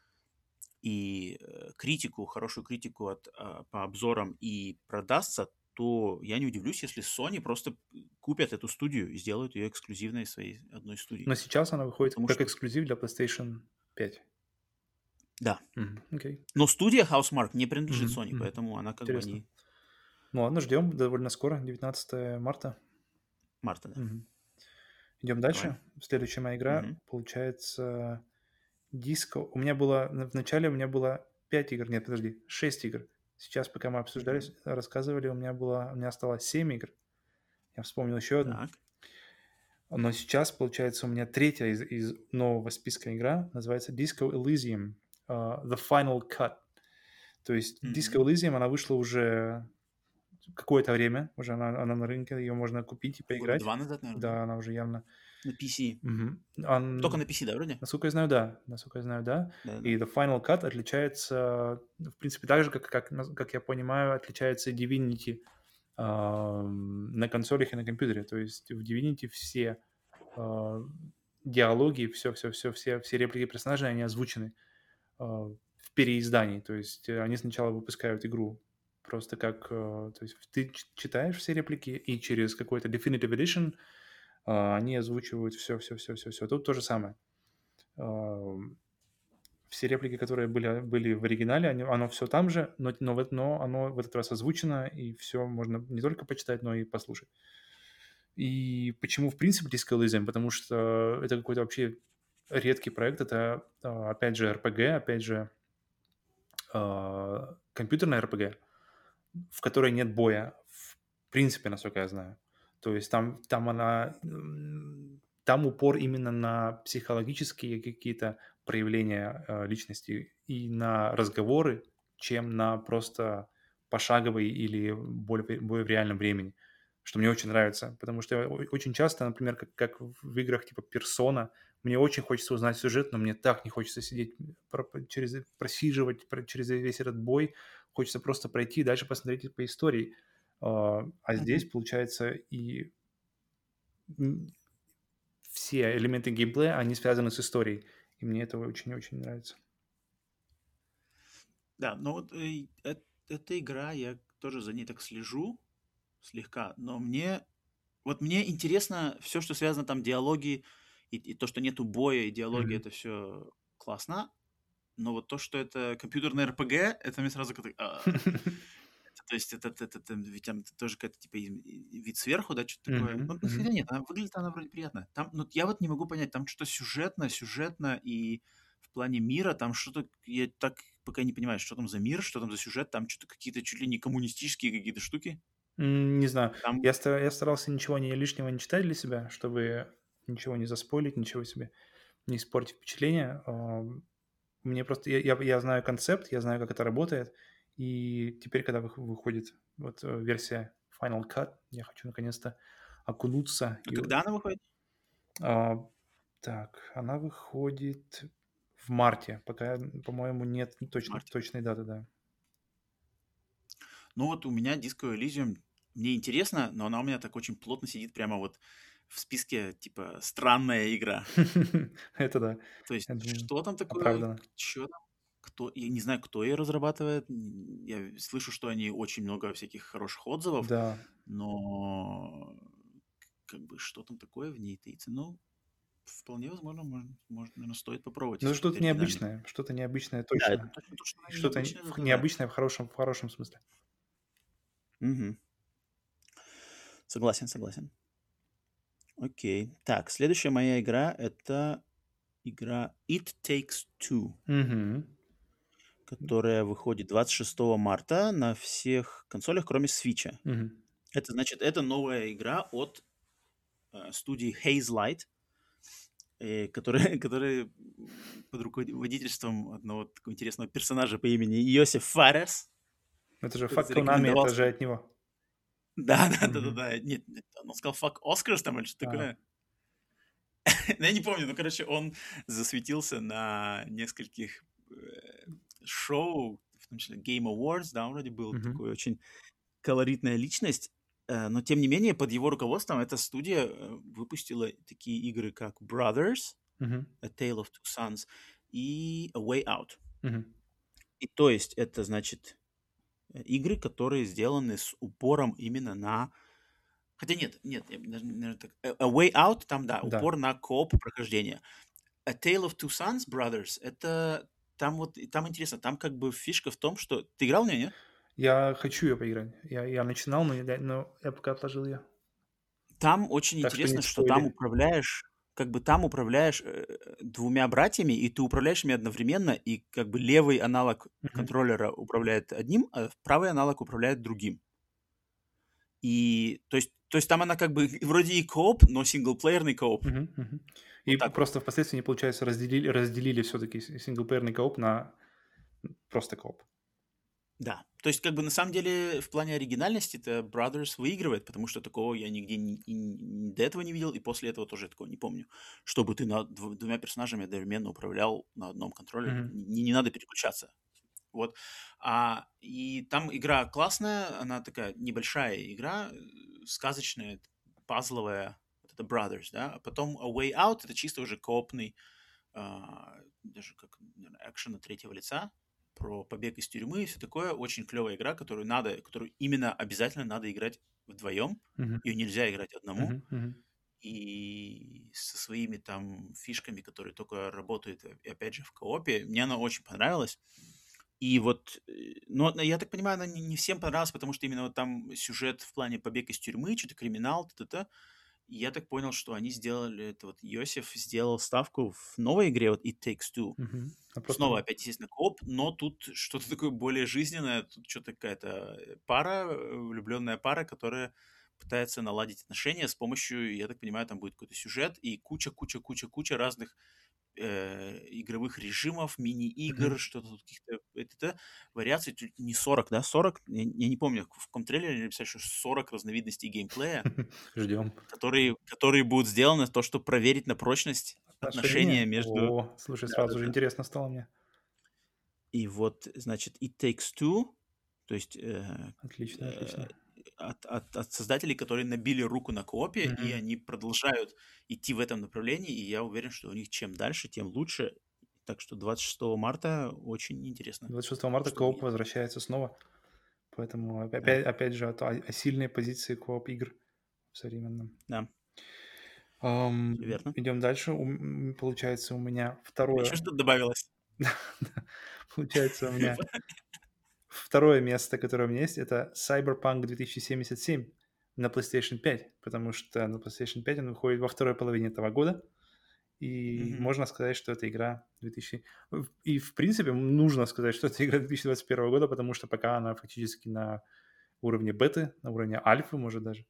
и э, критику, хорошую критику от, а, по обзорам и продастся, то я не удивлюсь, если Sony просто купят эту студию и сделают ее эксклюзивной своей одной студией. Но сейчас она выходит Потому как что, эксклюзив для PlayStation пять. да. Мгм. Окей. Но студия Housemarque не принадлежит Мгм. Sony, Мгм. поэтому она как бы Интересно. они... Ну ладно, ждем довольно скоро, девятнадцатого марта. Марта, да. Мгм. Идем Давай. дальше. Следующая моя игра Мгм. получается диско. У меня было в начале у меня было пять игр. Нет, подожди, шесть игр. Сейчас, пока мы обсуждали, Мгм. рассказывали, у меня было у меня осталось семь игр. Я вспомнил еще одну. Так. Но сейчас, получается, у меня третья из, из нового списка игра, называется Disco Elysium, uh, The Final Cut. То есть Disco Мгм. Elysium, она вышла уже какое-то время, уже она, она на рынке, ее можно купить и Года поиграть. два назад, наверное, да? Да, она уже явно... На пи си. Мгм. Только Ан- на пи си, да, вроде? Насколько я знаю, да. Насколько я знаю, да. Да-да-да. И The Final Cut отличается, в принципе, так же, как, как, нас- как я понимаю, отличается и Divinity ам, на консолях и на компьютере. То есть в Divinity все а, диалоги, все, все, все, все, все реплики персонажей, они озвучены а, в переиздании. То есть э, они сначала выпускают игру просто как... э, То есть ты ч- читаешь все реплики, и через какой-то Definitive Edition а, они озвучивают все, все, все, все, все. Тут то же самое. Ам, Все реплики, которые были, были в оригинале, они, оно все там же, но, но, в эт- но оно в этот раз озвучено, и все можно не только почитать, но и послушать. И почему, в принципе, Disco Elysium? Потому что это какой-то вообще редкий проект. Это, а, опять же, эр пи джи, опять же, а, компьютерная эр пи джи, в которой нет боя, в принципе, насколько я знаю. То есть там, там она... м, Там упор именно на психологические какие-то проявления э, личности и на разговоры, чем на просто пошаговый или бой, бой в реальном времени, что мне очень нравится, потому что о- очень часто, например, как, как в играх типа Persona, мне очень хочется узнать сюжет, но мне так не хочется сидеть, про- через, просиживать про- через весь этот бой, хочется просто пройти и дальше посмотреть по истории. А а здесь, Мгм. получается, и м, все элементы геймплея, они связаны с историей. И мне это очень-очень нравится. Да, но вот э, эт- эта игра, я тоже за ней так слежу слегка, но мне вот мне интересно все, что связано там диалоги и, и то, что нету боя и диалоги, Мгм. это все классно, но вот то, что это компьютерный эр пи джи, это мне сразу как-то, «А, то есть это, это, это, это ведь там тоже какая-то типа и- и вид сверху, да, что-то такое. Мгм, Ну, ну, мгм. хотя нет, она выглядит она вроде приятно. Там, ну, я вот не могу понять, там что сюжетно, сюжетно и в плане мира, там что-то, я так пока не понимаю, что там за мир, что там за сюжет, там что-то какие-то чуть ли не коммунистические какие-то штуки. М, не знаю. Там, Я ста я старался ничего не лишнего не читать для себя, чтобы ничего не заспойлить, ничего себе не испортить впечатление. Ам, мне просто я я я знаю концепт, я знаю, как это работает, и теперь, когда вых выходит вот, э, версия Final Cut, я хочу наконец-то окунуться а и когда она выходит? А, так, она выходит в марте. Пока, м, по-моему, нет В точно марте? точной даты, да. Ну вот у меня Disco Elysium, мне интересно, но она у меня так очень плотно сидит прямо вот в списке, типа, странная игра. Это да. То есть, Это что там такое, оправдано. что там, кто, я не знаю, кто ее разрабатывает, н- я слышу, что они очень много всяких хороших отзывов, Да. но как бы что там такое в ней таится, ну, вполне возможно, можно, может, наверное, стоит попробовать, Ну, если какие-то что-то оригинальные. необычное, что-то необычное Да, это точно. точно то, что И она что-то необычное, в это да. необычное в хорошем в хорошем смысле. Мгм. Согласен, согласен. Окей. Так, следующая моя игра — это игра It Takes Two, Мгм. которая выходит двадцать шестого марта на всех консолях, кроме Свитча. Мгм. Это значит, это новая игра от э, студии Hazelight, э, которая, которая под руководительством одного такого интересного персонажа по имени Йосиф Фарес, Это же который "Fuck Konami", зарекомендовал это же себя. от него. Да, да, да, да, Мгм. да. Нет, нет, он сказал fuck Oscars там или что А, такое. Ну, я не помню, ну, короче, он засветился на нескольких э, шоу, в том числе Game Awards, да, он вроде был мгм, такой очень колоритная личность, э, но тем не менее под его руководством эта студия э, выпустила такие игры, как Brothers, мгм, A Tale of Two Sons и A Way Out. мгм. И то есть это значит э, игры, которые сделаны с упором именно на... Хотя нет, нет, я бы даже, наверное, так... A A Way Out, там, да, Да. упор на кооп прохождение. A Tale of Two Sons Brothers, это там вот, и там интересно, там как бы фишка в том, что... Ты играл в нее, нет? Я хочу ее поиграть. Я я начинал, но я но я пока отложил ее. Там очень Так что не интересно, что там спойли. управляешь, как бы там управляешь э, двумя братьями, и ты управляешь ими одновременно, и как бы левый аналог Мгм, контроллера управляет одним, а правый аналог управляет другим. И то есть, то есть там она как бы вроде и кооп, но синглплеерный кооп. мгм, мгм. И Вот п так вот. просто впоследствии они, получается, разделили разделили всё-таки си синглплеерный кооп на просто кооп. Да. То есть, как бы на самом деле, в плане оригинальности-то Brothers выигрывает, потому что такого я нигде ни- и ни- до этого не видел, и после этого тоже такого не помню. Чтобы ты над дв- двумя персонажами одновременно управлял на одном контроллере. Мгм, Не, не надо переключаться. Вот. А, и там игра классная, она такая небольшая игра, э, сказочная, пазловая. Вот это Brothers, да. А потом A Way Out — это чисто уже коопный, а, даже как, наверное, экшен от третьего лица, про побег из тюрьмы и все такое. Очень клевая игра, которую надо, которую именно обязательно надо играть вдвоем. мгм, Ее нельзя играть одному. мгм, мгм. И со своими там фишками, которые только работают, э, и опять же, в коопе. Мне она очень понравилась. И вот, э, но я так понимаю, она не, не всем понравилась, потому что именно вот там сюжет в плане побег из тюрьмы, что-то криминал, т-т-т. И я так понял, что они сделали, это вот Йосиф сделал ставку в новой игре, вот It Takes Two. Мгм. А просто Снова опять, естественно, кооп, но тут что-то такое более жизненное, тут что-то какая-то э, пара, э, влюбленная пара, которая пытается наладить отношения с помощью, я так понимаю, там будет какой-то сюжет и куча-куча-куча-куча разных э, игровых режимов, мини-игр, мгм. что-то тут каких-то это, вариаций, чуть не сорок, да, сорок? Я, я не помню, в каком трейлере они написали, что сорок разновидностей геймплея, Ждем. которые, которые будут сделаны, то, чтобы проверить на прочность отношения Отношения? между... О, слушай, сразу же Да-да-да. интересно стало мне. И вот, значит, It Takes Two, то есть э, Отлично, э, отлично. от, от, от создателей, которые набили руку на коопе, и Мгм. они продолжают идти в этом направлении, и я уверен, что у них чем дальше, тем лучше. Так что двадцать шестого марта очень интересно, двадцать шестого марта что кооп увидим. возвращается снова, поэтому опя Да, опять опять же о о сильной позиции кооп игр в современном. да, Ам, все верно. идем дальше. У м получается, у меня У тебя еще второе что-то добавилось? получается, у меня второе место, которое у меня есть, это Cyberpunk две тысячи семьдесят семь на PlayStation пять, потому что на PlayStation пять он выходит во второй половине этого года, и Мгм. можно сказать, что это игра две тысячи... в- И, в принципе, нужно сказать, что это игра две тысячи двадцать первого года, потому что пока она фактически на уровне беты, на уровне альфы, может, даже.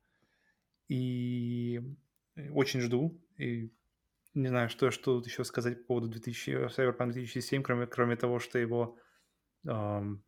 И очень жду, и не знаю, что, что тут еще сказать по поводу две тысячи, Cyberpunk две тысячи семь, кроме, кроме того, что его... ам,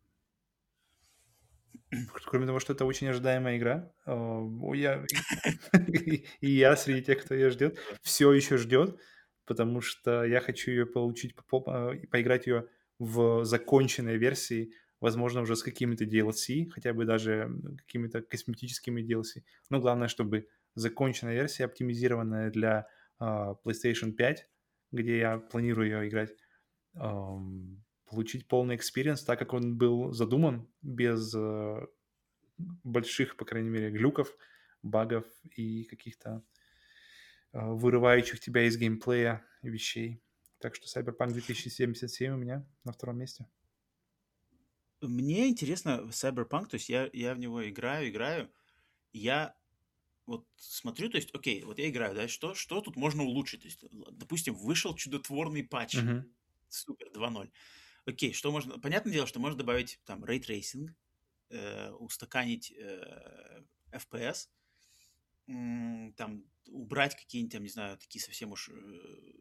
кроме того, что это очень ожидаемая игра. ам, я, и и я среди тех, кто ее ждет, Да. все еще ждет, потому что я хочу ее получить, по- по- и поиграть ее в законченной версии, возможно, уже с какими-то ди эл си, хотя бы даже м, какими-то косметическими ди эл си. Но главное, чтобы законченная версия, оптимизированная для а, PlayStation пять, где я планирую ее играть, ам, получить полный экспириенс, так как он был задуман, без э, больших, по крайней мере, глюков, багов и каких-то а, вырывающих тебя из геймплея вещей. Так что Cyberpunk две тысячи семьдесят семь у меня на втором месте. Мне интересно Cyberpunk, то есть я, я в него играю, играю, я вот смотрю, то есть, окей, вот я играю, да, что, что тут можно улучшить? То есть, л- допустим, вышел чудотворный патч, Мгм. супер, два ноль. Окей, что можно... Понятное дело, что можно добавить там рейтрейсинг, э, устаканить э, эф пи эс, м, там убрать какие-нибудь, там, не знаю, такие совсем уж э,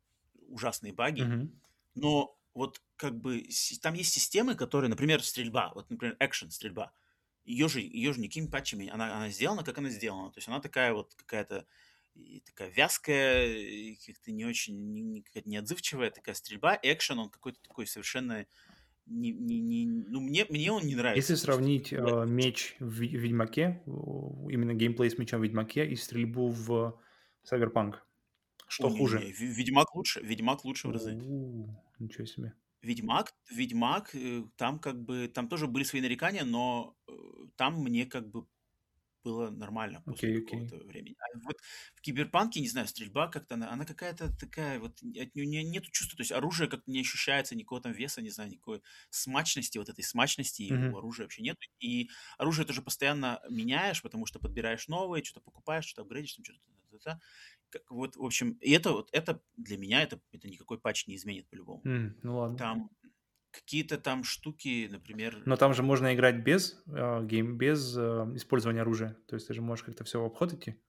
ужасные баги. Мгм. Но вот как бы си- там есть системы, которые, например, стрельба, вот, например, экшен стрельба. Ее же, ее же никакими патчами, она, она сделана, как она сделана. То есть она такая вот какая-то и такая вязкая, и как-то не очень, не, не- какая-то неотзывчивая такая стрельба. Экшен, он какой-то такой совершенно не, не, не, ну, мне, мне он не Если нравится. То есть, сравнить я- э, меч в Ви- Ведьмаке, о, именно геймплей с мечом в Ведьмаке и стрельбу в Cyberpunk, что О, не-не-не, хуже? Ви- Ведьмак лучше, Ведьмак лучше в разы. У, ничего себе. Ведьмак, Ведьмак, э, там как бы, там тоже были свои нарекания, но э, там мне как бы было нормально после Окей, окей. какого-то времени. А вот в Киберпанке, не знаю, стрельба как-то, она, она какая-то такая, вот от нее нету чувства, то есть оружие как-то не ощущается, никакого там веса, не знаю, никакой смачности, вот этой смачности у Мгм. оружия вообще нет. И оружие тоже постоянно меняешь, потому что подбираешь новые, что-то покупаешь, что-то апгрейдишь, там что-то. та-та-та. Как, вот, в общем, и это вот, это для меня, это, это никакой патч не изменит по-любому. М, ну ладно. Там какие-то там штуки, например, Но там же можно играть без, а, гейм без, а, использования оружия. То есть ты же можешь как-то все в обход идти?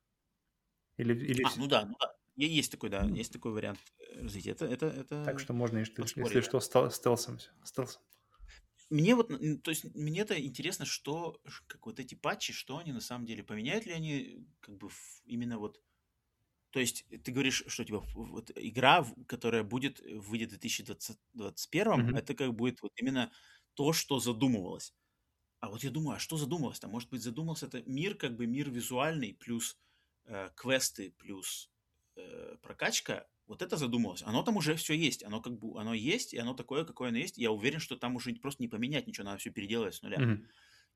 Или или а, вс ну да, ну да. Е- Есть такой, да, м, есть такой вариант э, развития. Это, это, так это что можно, если подспорье, если да. что, стел стелсом всё, стелсом. Мне вот, н- то есть, мне это интересно, что, ш- как вот эти патчи, что они на самом деле, поменяют ли они, как бы, в- именно вот, то есть, ты говоришь, что, типа, в- вот игра, в- которая будет, э, выйдет в две тысячи двадцать первом, Мгм. это как будет вот именно то, что задумывалось. А вот я думаю, а что задумалось-то? Может быть, задумался это мир, как бы мир визуальный, плюс э, квесты, плюс э, прокачка. Вот это задумалось. Оно там уже все есть. Оно как бы оно есть, и оно такое, какое оно есть. Я уверен, что там уже просто не поменять ничего, надо все переделать с нуля. Мгм.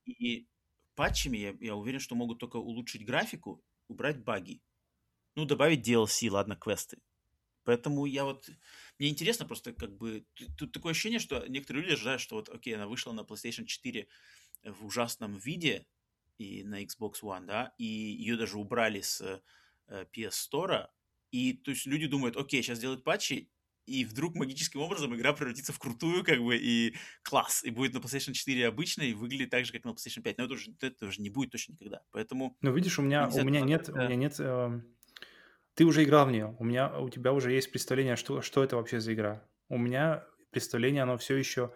И патчами я, я уверен, что могут только улучшить графику, убрать баги. Ну, добавить ди эл си, ладно, квесты. Поэтому я вот... Мне интересно просто как бы... т- Тут такое ощущение, что некоторые люди ожидают, что вот, окей, она вышла на PlayStation четыре в ужасном виде и на Xbox One, да, и ее даже убрали с э, пи эс Store, и то есть люди думают, окей, сейчас делают патчи, и вдруг магическим образом игра превратится в крутую, как бы, и класс, и будет на PlayStation четыре обычной, и выглядит так же, как на PlayStation пять. Но это уже, это уже не будет точно никогда. Поэтому, Ну, видишь, у я меня не у знаю, меня тут надо нет у как-то... меня нет, эм ты уже играл в нее. У меня у тебя уже есть представление, что что это вообще за игра. У меня представление, оно все еще,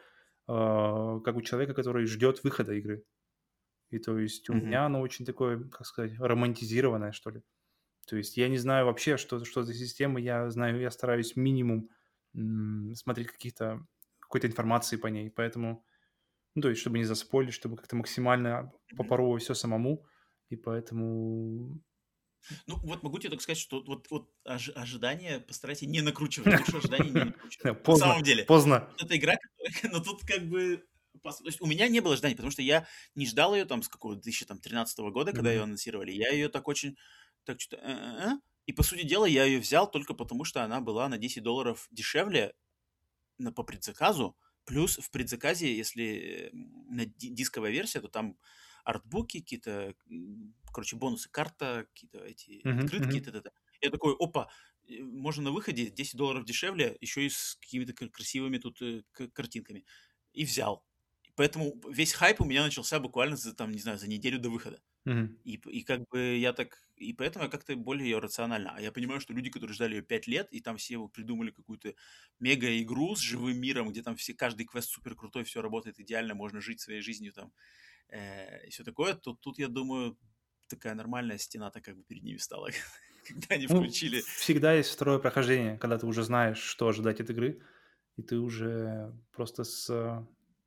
а, как у человека, который ждет выхода игры. И то есть у Мгм. меня оно очень такое, как сказать, романтизированное, что ли. То есть я не знаю вообще, что что за система. Я знаю, я стараюсь минимум, м, смотреть каких-то какой-то информации по ней. Поэтому, ну, то есть чтобы не заспойлить, чтобы как-то максимально Мгм. попробовать все самому. И поэтому Ну, вот могу тебе только сказать, что вот, вот ожи- ожидания постарайся не накручивать. Лучше ожидания не накручивать. На поздно, самом деле. поздно. Вот эта игра, которая... Но тут как бы... пос- То есть у меня не было ожиданий, потому что я не ждал ее там с какого-то две тысячи тринадцатого года, когда ее Мгм. анонсировали. Я ее так очень... Так что-то... э-э-э. И, по сути дела, я ее взял только потому, что она была на десять долларов дешевле на, по предзаказу, Плюс в предзаказе, если на ди- дисковая версия, то там артбуки, какие-то, м, короче, бонусы, карта, какие-то эти Мгм, открытки, мгм, т.д. Я такой, опа, э, можно на выходе десять долларов дешевле, еще и с какими-то кра- красивыми тут э, к- картинками. И взял. Поэтому весь хайп у меня начался буквально за, там, не знаю, за неделю до выхода. мгм. И, п- и как бы я так, и поэтому я как-то более ее рационально. А я понимаю, что люди, которые ждали ее пять лет, и там все вот придумали какую-то мега-игру с живым миром, где там все, каждый квест супер крутой, все работает идеально, можно жить своей жизнью там, э, и все такое, то тут, я думаю, такая нормальная стена-то как бы перед ними стала, когда они Ну, включили. всегда есть второе прохождение, когда ты уже знаешь, что ожидать от игры, и ты уже просто с э,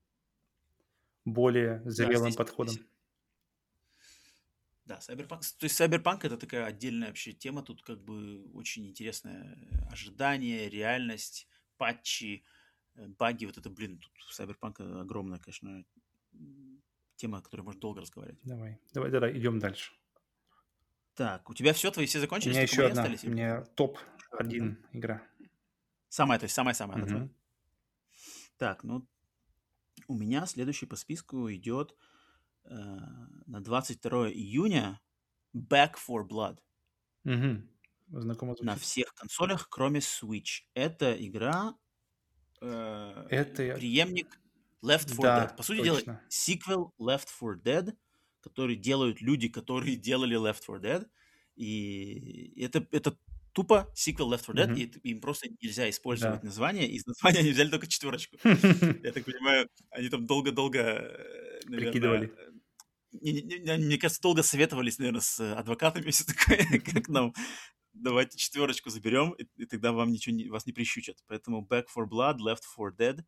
более Да, зрелым здесь, здесь подходом. да, Cyberpunk, то есть Cyberpunk это такая отдельная вообще тема, тут как бы очень интересное э, ожидание, реальность, патчи, э, баги, вот это, блин, тут Cyberpunk огромная, конечно, м, тема, о которой можно долго разговаривать. Давай, давай, давай, идем дальше. Так, у тебя все, твои все У закончились, меня только еще мои одна, остались? у Или у тебя меня топ еще одна, да? один игра. Самая, то есть самая-самая, да, твоя? Мгм. Так, ну, у меня следующий по списку идет э, на двадцать второе июня Back for Blood Мгм. Знакомо на звучит. всех консолях, кроме Switch. Это игра э, Это я... преемник Left four Dead. Да, По сути дела, точно. сиквел Left four Dead, который делают люди, которые делали Left four Dead. И это, это тупо сиквел Left four Dead, и Мгм. это- им просто нельзя использовать Да. название. Из названия они взяли только четверочку. Я так понимаю, они там долго-долго, э, наверное, Прикидывали. э, не- не- не- мне кажется, долго советовались, наверное, с адвокатами, и все такое, как нам давайте четверочку заберем, и, и тогда вам ничего не, вас не прищучат. Поэтому Back for Blood, Left four Dead.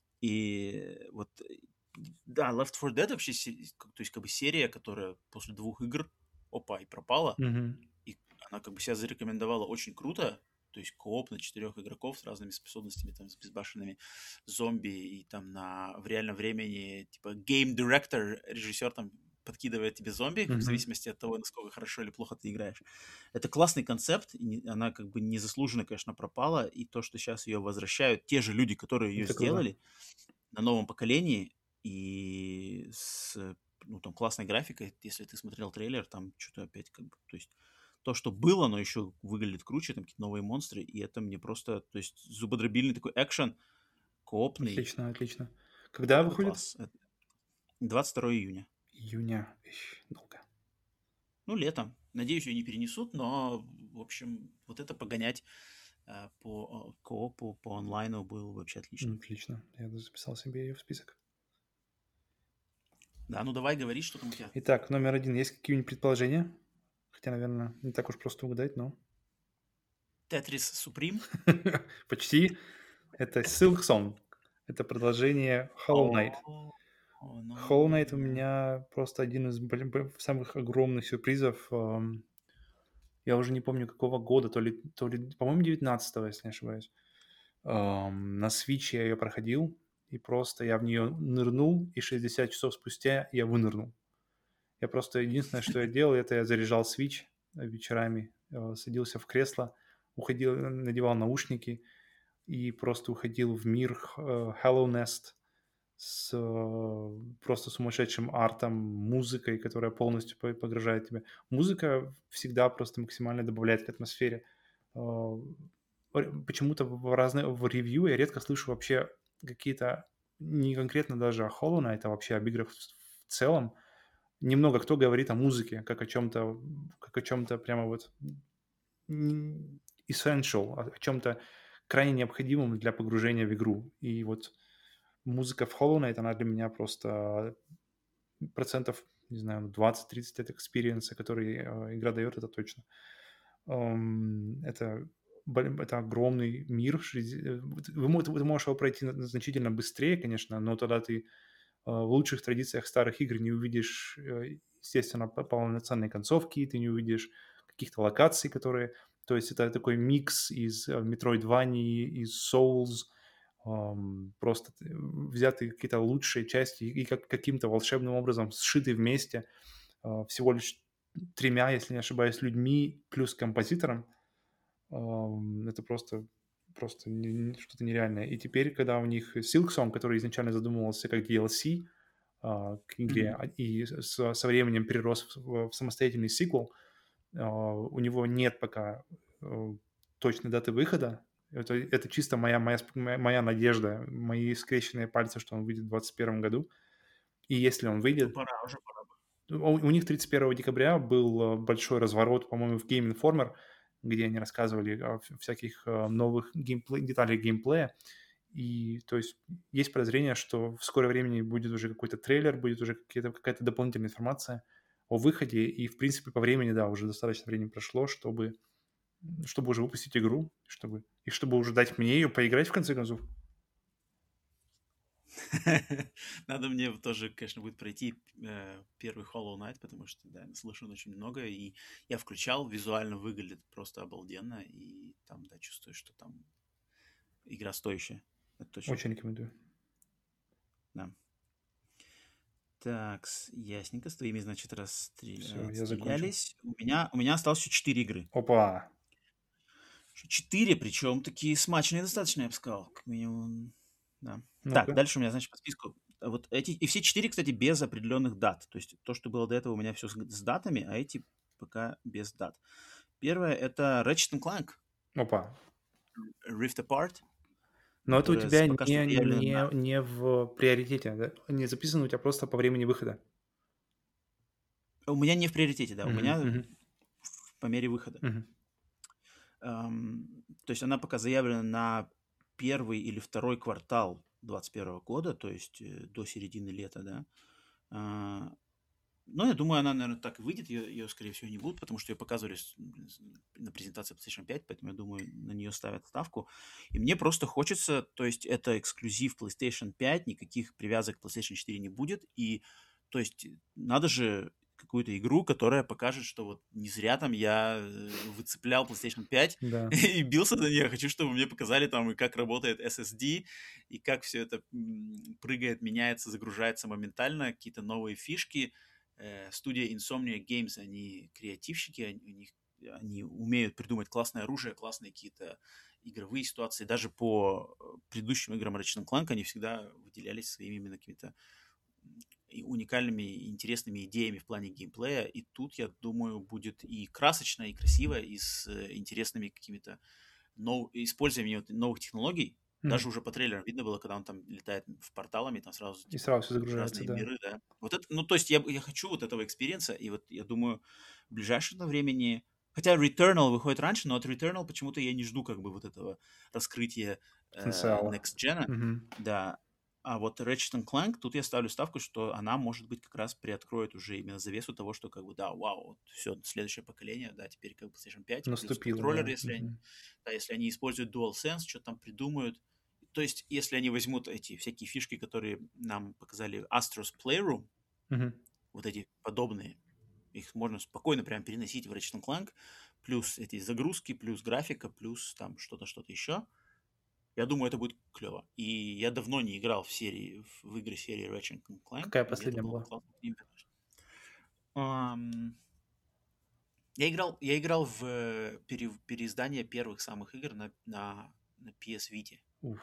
И вот, э, да, Left four Dead вообще, се- как- то есть как бы серия, которая после двух игр, опа, и пропала. Мгм. И она как бы себя зарекомендовала очень круто. То есть кооп на четырех игроков с разными способностями, там, с безбашенными зомби, и там на, в реальном времени, типа, game director, режиссер там подкидывает тебе зомби, в Мгм. зависимости от того, насколько хорошо или плохо ты играешь. Это классный концепт, и не- она как бы незаслуженно, конечно, пропала, и то, что сейчас ее возвращают те же люди, которые ее Это круто. сделали на новом поколении, и с, ну, там, классной графикой, если ты смотрел трейлер, там что-то опять как бы, то есть то, что было, оно еще выглядит круче, там какие-то новые монстры, и это мне просто, то есть зубодробильный такой экшен, коопный, Отлично, отлично. Когда топовый выходит? класс. Это двадцать второе июня. Июня. Ищ, долго. Ну, летом. Надеюсь, ее не перенесут, но, в общем, вот это погонять а, по а, коопу, по онлайну было вообще М, отлично. Отлично. Я даже записал себе ее в список. Да, ну давай говори, что там у тебя. Итак, номер один. Есть какие-нибудь предположения? Хотя, наверное, не так уж просто угадать, но... Тетрис Суприм. Почти. Это Silksong. Это продолжение Hollow Knight. О, о, Hollow Knight у ну, меня просто один из блин, б- самых огромных сюрпризов. Ам, Я уже не помню, какого года, то ли, то ли, по-моему, девятнадцатого, если не ошибаюсь. Ам, На Switch я ее проходил, и просто я в нее нырнул, и шестьдесят часов спустя я вынырнул. Я просто единственное, что я делал, это я заряжал Switch э, вечерами, э, садился в кресло, уходил, э, надевал наушники и просто уходил в мир э, Hollow Nest с э, просто сумасшедшим артом, музыкой, которая полностью по- погружает тебя. Музыка всегда просто максимально добавляет к атмосфере. Э, р- Почему-то в разные в ревью я редко слышу вообще какие-то не конкретно даже о Hollow Knight, а вообще об играх в в целом. Немного кто говорит о музыке, как о чем-то, как о чем-то прямо вот м, essential, о чем-то крайне необходимом для погружения в игру. И вот музыка в Hollow Knight, она для меня просто процентов, не знаю, двадцать-тридцать от экспириенса, который э, игра дает, это точно. Ам, Это, бо- это огромный мир. шести э, Вы, мо- ты можешь его пройти на- значительно быстрее, конечно, но тогда ты э, в лучших традициях старых игр не увидишь, э, естественно, по- полноценной концовки, ты не увидишь каких-то локаций, которые... То есть это такой микс из э, Metroidvania, из Souls, ам, просто т- взяты какие-то лучшие части и как, каким-то волшебным образом сшиты вместе а, всего лишь тремя, если не ошибаюсь, людьми плюс композитором. Ам, Это просто... просто не- не- что-то нереальное. И теперь, когда у них Silksong, который изначально задумывался как ди эл си а, к игре, Мгм. а- и с- со временем перерос в, в самостоятельный сиквел, а, у него нет пока э, точной даты выхода. Это, это чисто моя, моя, сп- моя, моя надежда, мои скрещенные пальцы, что он выйдет в двадцать первом году. И если он Ну, выйдет, пора уже, пора бы. у у них тридцать первого декабря был, э, большой разворот, по-моему, в Game Informer, где они рассказывали о вс всяких, э, новых геймпле деталях геймплея. И, то есть, есть подозрение, что в скором времени будет уже какой-то трейлер, будет уже какие-то какая-то дополнительная информация о выходе. И, в принципе, по времени, да, уже достаточно времени прошло, чтобы, м, чтобы уже выпустить игру, чтобы и чтобы уже дать мне ее поиграть, в конце концов. Надо мне тоже, конечно, будет пройти э, первый Hollow Knight, потому что, да, наслышан очень много, и я включал, визуально выглядит просто обалденно, и там, да, чувствую, что там игра стоящая. Это точно, Очень рекомендую. да. Так, ясненько, с твоими, значит, Все, расстрел... я закончил. отстрелялись. У меня, у меня осталось еще четыре игры. Опа! Еще четыре, причем такие смачные достаточно, я бы сказал, как минимум. Да. Так, Ну-ка. дальше у меня, значит, по списку. А вот эти, и все четыре, кстати, без определенных дат. То есть то, что было до этого, у меня все с, с датами, а эти пока без дат. Первое — это Ratchet and Clank Опа! Rift Apart, Но это у которая с- тебя пока что не заявлена на... не не в приоритете, да? Не записано у тебя просто по времени выхода. У меня не в приоритете, да, у Мгм, меня мгм, по мере выхода. мгм. Ам, то есть она пока заявлена на первый или второй квартал двадцать первого года, то есть э, до середины лета, да. А, но я думаю, она, наверное, так и выйдет. Ее, ее, скорее всего, не будут, потому что ее показывали с- блин, с- на презентации PlayStation пять, поэтому я думаю, на нее ставят ставку. И мне просто хочется, то есть это эксклюзив PlayStation пять, никаких привязок к PlayStation четыре не будет. И, то есть, надо же какую-то игру, которая покажет, что вот не зря там я э, выцеплял PlayStation пять Да. и бился за нее. Хочу, чтобы мне показали там и как работает эс эс ди, и как все это м, прыгает, меняется, загружается моментально, какие-то новые фишки. Э, студия Insomnia Games, они креативщики, они, у них, они умеют придумать классное оружие, классные какие-то игровые ситуации. Даже по э, предыдущим играм Ratchet and Clank они всегда выделялись своими именно какими-то и уникальными и интересными идеями в плане геймплея. И тут, я думаю, будет и красочно, и красиво, и с э, интересными какими-то нов... использованием вот новых технологий. Мгм. Даже уже по трейлерам видно было, когда он там летает в порталами, там сразу И типа сразу всё загружается, разные да. миры, да. Вот это, ну, то есть я, я хочу вот этого экспириенса, и вот я думаю, в ближайшем времени... Хотя Returnal выходит раньше, но от Returnal почему-то я не жду как бы вот этого раскрытия э, Потенциала. Next Gen, Мгм. да. А вот Ratchet and Clank, тут я ставлю ставку, что она, может быть, как раз приоткроет уже именно завесу того, что как бы, да, вау, вот все, следующее поколение, да, теперь как бы PlayStation пять, плюс Наступило, контроллер, да. если они, Мгм. да, если они используют DualSense, что там придумают. То есть, если они возьмут эти всякие фишки, которые нам показали Astro's Playroom, Мгм. вот эти подобные, их можно спокойно прям переносить в Ratchet and Clank, плюс эти загрузки, плюс графика, плюс там что-то, что-то еще. Я думаю, это будет клево. И я давно не играл в серии, в, в игры серии Ratchet and Clank, Какая и это последняя было бы была? классно к ним вернуться. Ам, я играл, я играл в э, пере- переиздание первых самых игр на, на, на пи эс Vita, Уф.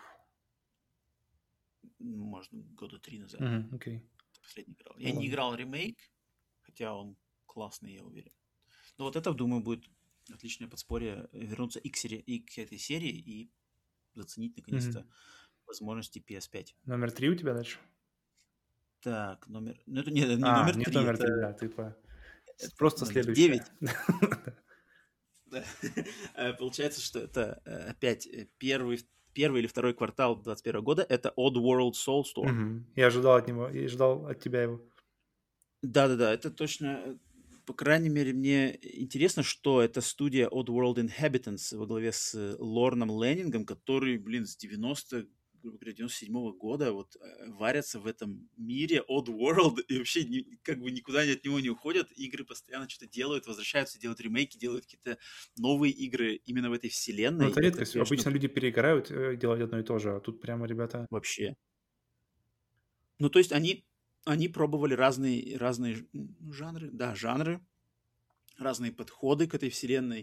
может, года три назад. Мгм. Окей. Последний играл. Я Ну не ладно. играл ремейк, хотя он классный, я уверен. Но вот это, думаю, будет отличное подспорье э, вернуться и к, сери- и к этой серии и заценить Мгм. наконец-то возможности пи эс пять. Номер три у тебя дальше? Так, номер... Ну, это не, не А, номер не три, номер это, три, да, ты по это просто номер следующая. девять. Да. Э, Получается, что это э, опять э, первый, первый или второй квартал двадцать первого года. Это Oddworld Soulstorm. Мгм. Я ожидал от него, я ждал от тебя его. Да-да-да, это точно, э, по крайней мере, мне интересно, что это студия Oddworld Inhabitants во главе с э, Лорном Леннингом, который, блин, с девяностых, грубо говоря, девяносто седьмого года вот э, варятся в этом мире Oddworld и вообще ни- как бы никуда от него не уходят. Игры постоянно что-то делают, возвращаются, делают ремейки, делают какие-то новые игры именно в этой Ну, вселенной. это И это, редкость. конечно, Обычно люди переиграют, э, делать одно и то же, а тут прямо ребята. вообще. Ну, то есть они, они пробовали разные, разные ж- м, жанры, да, жанры, разные подходы к этой вселенной.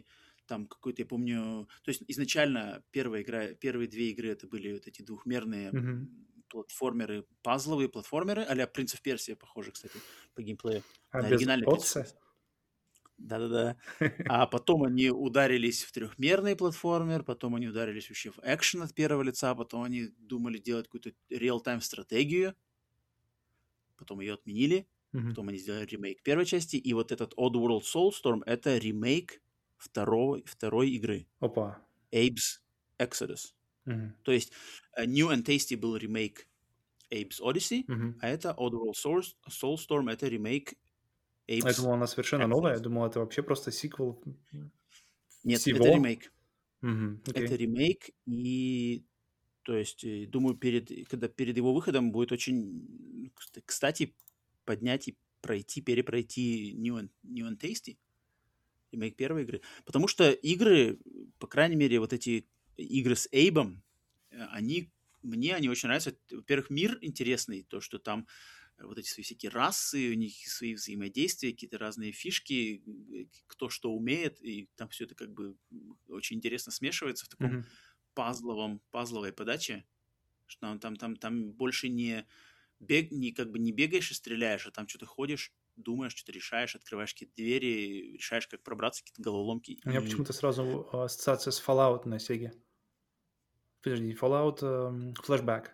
там какой-то, я помню... То есть изначально первая игра, первые две игры это были вот эти двухмерные Мгм. платформеры, пазловые платформеры, а-ля Prince of Persia, похоже, кстати, по геймплею. А На без оригинальный Prince of отца? Persia. Да-да-да. А потом они ударились в трехмерный платформер, потом они ударились вообще в экшен от первого лица, потом они думали делать какую-то реал-тайм стратегию, потом ее отменили, Мгм. потом они сделали ремейк первой части, и вот этот Oddworld Soulstorm — это ремейк второй, второй игры, Опа. Abe's Exodus. Мгм. То есть э, New and Tasty был ремейк Abe's Odyssey, Мгм. а это Oddworld Soul- Soulstorm — это ремейк Я Abe's думал, она совершенно новая. Я Exodus. думал, это вообще просто сиквел Нет, это всего. ремейк. Мгм. Это Окей. ремейк, и то есть, э, думаю, перед, когда перед его выходом будет очень, кс- кстати, поднять и пройти, перепройти New and, New and Tasty, ремейк первой игры. Потому что игры, по крайней мере, вот эти игры с Эйбом, э, они, мне они очень нравятся. Во-первых, мир интересный, то, что там э, вот эти свои всякие расы, у них свои взаимодействия, какие-то разные фишки, э, кто что умеет, и там все это как бы м, очень интересно смешивается в таком Мгм. пазловом, пазловой подаче, что там, там, там, там больше не, бег, не как бы не бегаешь и стреляешь, а там что-то ходишь, думаешь, что-то решаешь, открываешь какие-то двери, решаешь, как пробраться, какие-то головоломки. У меня И... почему-то сразу а, ассоциация с Fallout на Сеге. Подожди, Fallout, эм, Flashback.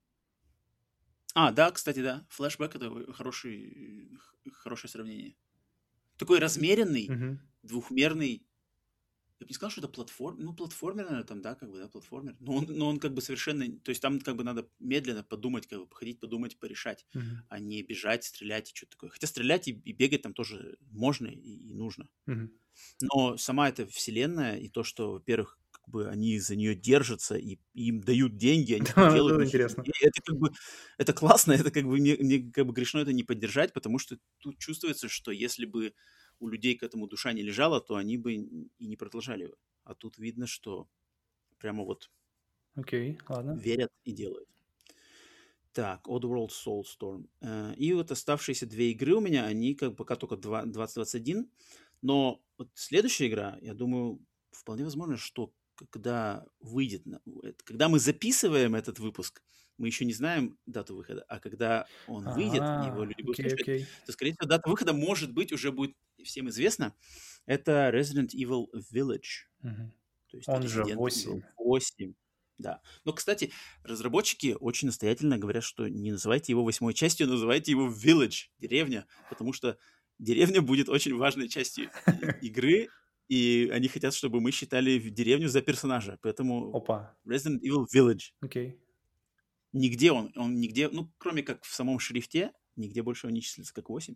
А, да, кстати, да, флешбэк — это хороший, х- хорошее сравнение. Такой размеренный, Мгм. двухмерный. Я бы не сказал, что это платформ, ну, платформер, наверное, там, да, как бы, да, платформер. Но он, но он как бы совершенно, то есть там как бы надо медленно подумать, как бы походить, подумать, порешать, Мгм. а не бежать, стрелять и что-то такое. Хотя стрелять и, и бегать там тоже можно и, и нужно. Мгм. Но сама эта вселенная и то, что, во-первых, как бы они за нее держатся и им дают деньги, они это Да, делают это на чужие интересно. деньги, это как бы, это классно, это как бы мне, мне как бы грешно это не поддержать, потому что тут чувствуется, что если бы у людей к этому душа не лежала, то они бы и не продолжали его. А тут видно, что прямо вот Окей, ладно. верят и делают. Так, Oddworld Soulstorm. Э, И вот оставшиеся две игры у меня, они как бы пока только два- двадцать двадцать один, но вот следующая игра, я думаю, вполне возможно, что когда выйдет, на- это- когда мы записываем этот выпуск, мы еще не знаем дату выхода, а когда он выйдет, и его А, люди будут окей, слушать, окей. то, скорее всего, дата выхода, может быть, уже будет всем известна. Это Resident Evil Village, Мгм. то есть Он же Resident Evil восемь. восемь. Да. Но, кстати, разработчики очень настоятельно говорят, что не называйте его восьмой частью, называйте его Village, деревня, потому что деревня будет очень важной частью и- игры, и они хотят, чтобы мы считали в деревню за персонажа. Поэтому Опа. Resident Evil Village. Окей. Нигде он, он нигде, ну, кроме как в самом шрифте, нигде больше он не числится как восемь.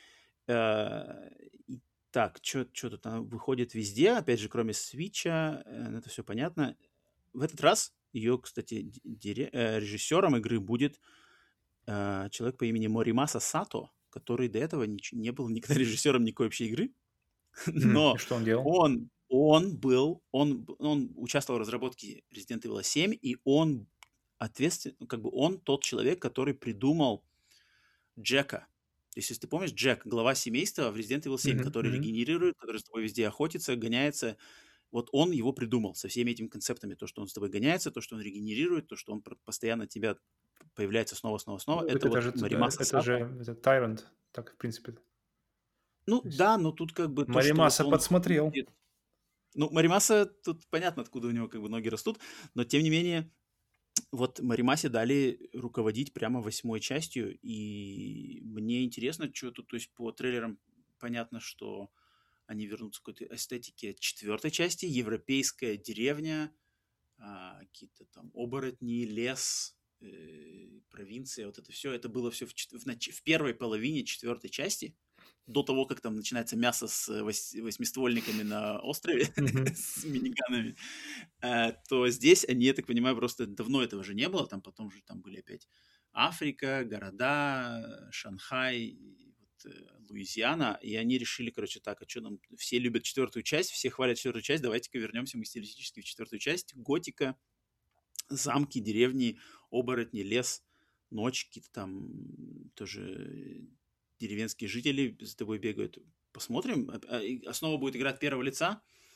Э, и Так, что тут она выходит везде, опять же, кроме Свитча, это все понятно. В этот раз ее, кстати, д- дире- э, режиссером игры будет э, человек по имени Моримаса Сато, который до этого нич- не был никогда режиссером никакой вообще игры, М, и но что он делал? он, он был, он, б- он участвовал в разработке Resident Evil семь, и он ответственен, как бы он тот человек, который придумал Джека. То есть, если ты помнишь, Джек — глава семейства в Resident Evil семь, Мгм, который мгм, регенерирует, который с тобой везде охотится, гоняется. Вот он его придумал со всеми этими концептами. То, что он с тобой гоняется, то, что он регенерирует, то, что он пр- постоянно тебя появляется снова, снова, снова. Ну, так Это это вот же т да, Маримаса это же Сато. это Tyrant, так, в принципе. Ну То есть да, но тут как бы то, что вот Маримаса он подсмотрел. будет... Ну, Маримаса, тут понятно, откуда у него как бы ноги растут, но тем не менее, вот Маримасе дали руководить прямо восьмой частью, и мне интересно, что тут, то есть по трейлерам понятно, что они вернутся к какой-то эстетике четвертой части, европейская деревня, а, какие-то там оборотни, лес, э, провинция, вот это все, это было все в, чет- в, нач- в первой половине четвертой части, до того, как там начинается мясо с э, вось- восьмиствольниками на острове, Мгм. с миниганами, э, то здесь они, я так понимаю, просто давно этого же не было, там потом же там были опять Африка, города, э, Шанхай, и вот, э, Луизиана, и они решили, короче, так, а что нам, все любят четвертую часть, все хвалят четвертую часть, давайте-ка вернемся мы стилистически в четвертую часть, готика, замки, деревни, оборотни, лес, ночь, какие-то там тоже деревенские жители за тобой бегают. Посмотрим. А- а- и Основа будет игра от первого лица,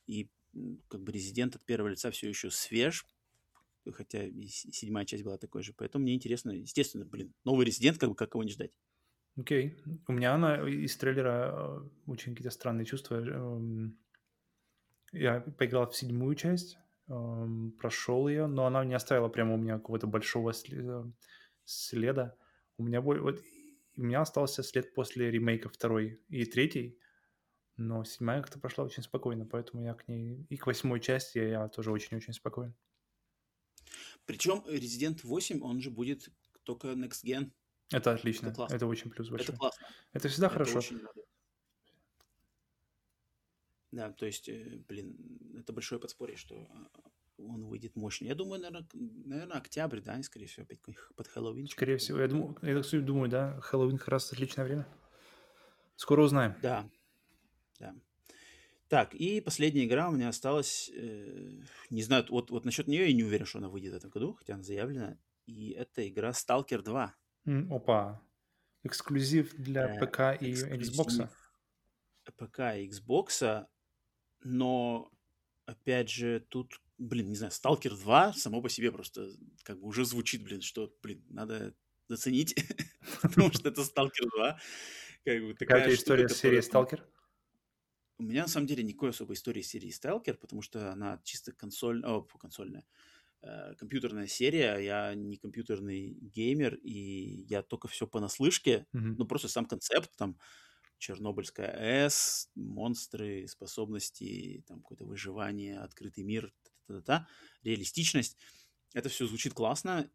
и м, как бы Резидент от первого лица все еще свеж, хотя и с- седьмая часть была такой же. Поэтому мне интересно, естественно, блин, новый Резидент, как бы как его не ждать. Окей. У меня она из трейлера э, очень какие-то странные чувства. Эм, Я поиграл в седьмую часть, эм, прошел ее, но она не оставила прямо у меня какого-то большого сле- следа. У меня, бо- вот, и у меня остался след после ремейка второй и третьей, но седьмая как-то прошла очень спокойно, поэтому я к ней... И к восьмой части я тоже очень-очень спокоен. Причем Resident восемь, он же будет только Next Gen. Это Это отлично, классно. это очень плюс Это большой. классно. Это всегда Это хорошо. очень радует. Да, то есть, э, блин, это большое подспорье, что а, он выйдет мощно. Я думаю, наверное, наверное, октябрь, да, скорее всего, опять какой- под Хэллоуин, что-нибудь Скорее такое. всего, я думаю, я так суть думаю, да, Хэллоуин как раз отличное время. Скоро узнаем. Да, да. Так, и последняя игра у меня осталась. э, не знаю, вот, вот насчет нее я не уверен, что она выйдет в этом году, хотя она заявлена. И это игра Stalker два. М, Опа. Эксклюзив для Э, ПК и эксклюзив Xbox. ПК и Xbox, но, опять же, тут, блин, не знаю, Stalker два само по себе просто как бы уже звучит, блин, что, блин, надо заценить, потому что это Stalker два, как бы Какая у такая тебя штука, история с серией которая там... Сталкер? У меня, на самом деле, никакой особой истории с серией Stalker, потому что она чисто консоль... О, фу, консольная. э, компьютерная серия. Я не компьютерный геймер, и я только все понаслышке. Мгм. Ну, просто сам концепт, там, Чернобыльская АЭС, монстры, способности, там, какое-то выживание, открытый мир, та-та-та-та, реалистичность. Это все звучит классно,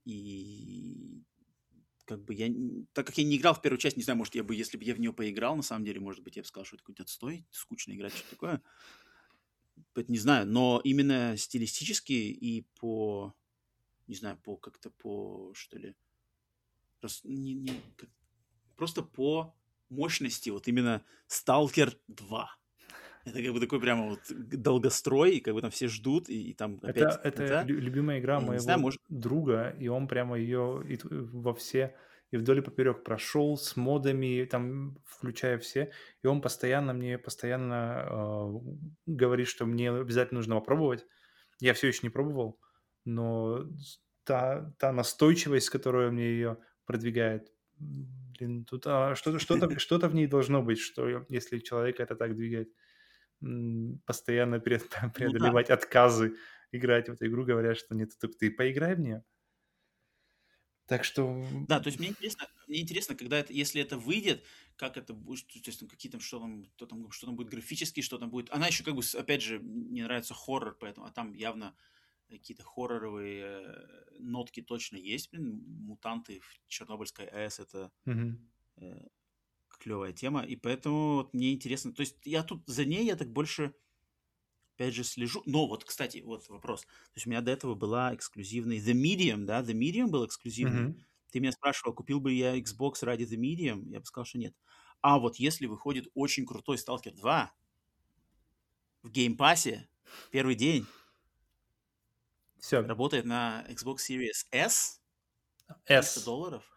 и как бы я, н- так как я не играл в первую часть, не знаю, может, я бы, если бы я в нее поиграл, на самом деле, может быть, я бы сказал, что это какой-то отстой, скучно играть, что такое. Это не знаю, но именно стилистически и по, не знаю, по как-то по, что ли, рас- не, не, как- просто по мощности, вот именно Stalker два. Это как бы такой прямо вот г- долгострой, и как бы там все ждут, и, и там Это, опять это это. лю- любимая игра Я не знаю, моего может... друга, и он прямо ее и т- во все, и вдоль и поперек прошел с модами, там, включая все, и он постоянно мне, постоянно э, говорит, что мне обязательно нужно попробовать. Я все еще не пробовал, но с- та, та настойчивость, с которой он мне ее продвигает, м, блин, тут а, что-то, что-то, что-то в ней должно быть, что если человек это так двигает, м, постоянно пре- Ну да, преодолевать отказы, играть в эту игру, говорят, что нет, ты, ты поиграй в нее. Так что, м, да, то есть мне интересно, мне интересно, когда это, если это выйдет, как это будет, то есть там какие там, что там, что там, что там будет графически, что там будет. Она еще как бы, с- опять же, мне нравится хоррор, поэтому, а там явно какие-то хорроровые э, нотки точно есть, блин, мутанты в Чернобыльской АЭС, это мгм. э, клевая тема, и поэтому вот мне интересно, то есть я тут за ней, я так больше, опять же, слежу, но вот, кстати, вот вопрос, то есть у меня до этого была эксклюзивный The Medium, да, The Medium был эксклюзивный, Мгм. ты меня спрашивал, купил бы я Xbox ради The Medium, я бы сказал, что нет, а вот если выходит очень крутой Stalker два в геймпассе, первый день, Все, работает на Xbox Series S, триста S. долларов,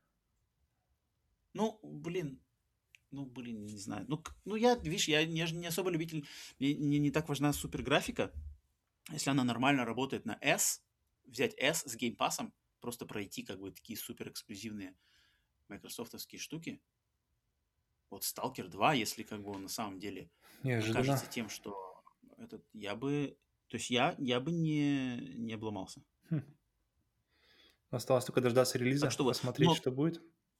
ну, блин, ну, блин, не знаю. Ну, к- ну я, видишь, я, я же не особо любитель, мне, мне не так важна супер графика. Если она нормально работает на S, взять S с геймпасом, просто пройти как бы такие супер эксклюзивные майкрософтовские штуки. Вот Stalker два, если как бы он на самом деле Неожиданно. окажется тем, что этот, я бы, то есть я, я бы не, не обломался. Хм. Осталось только дождаться Так релиза, что вот, посмотреть, но, что будет.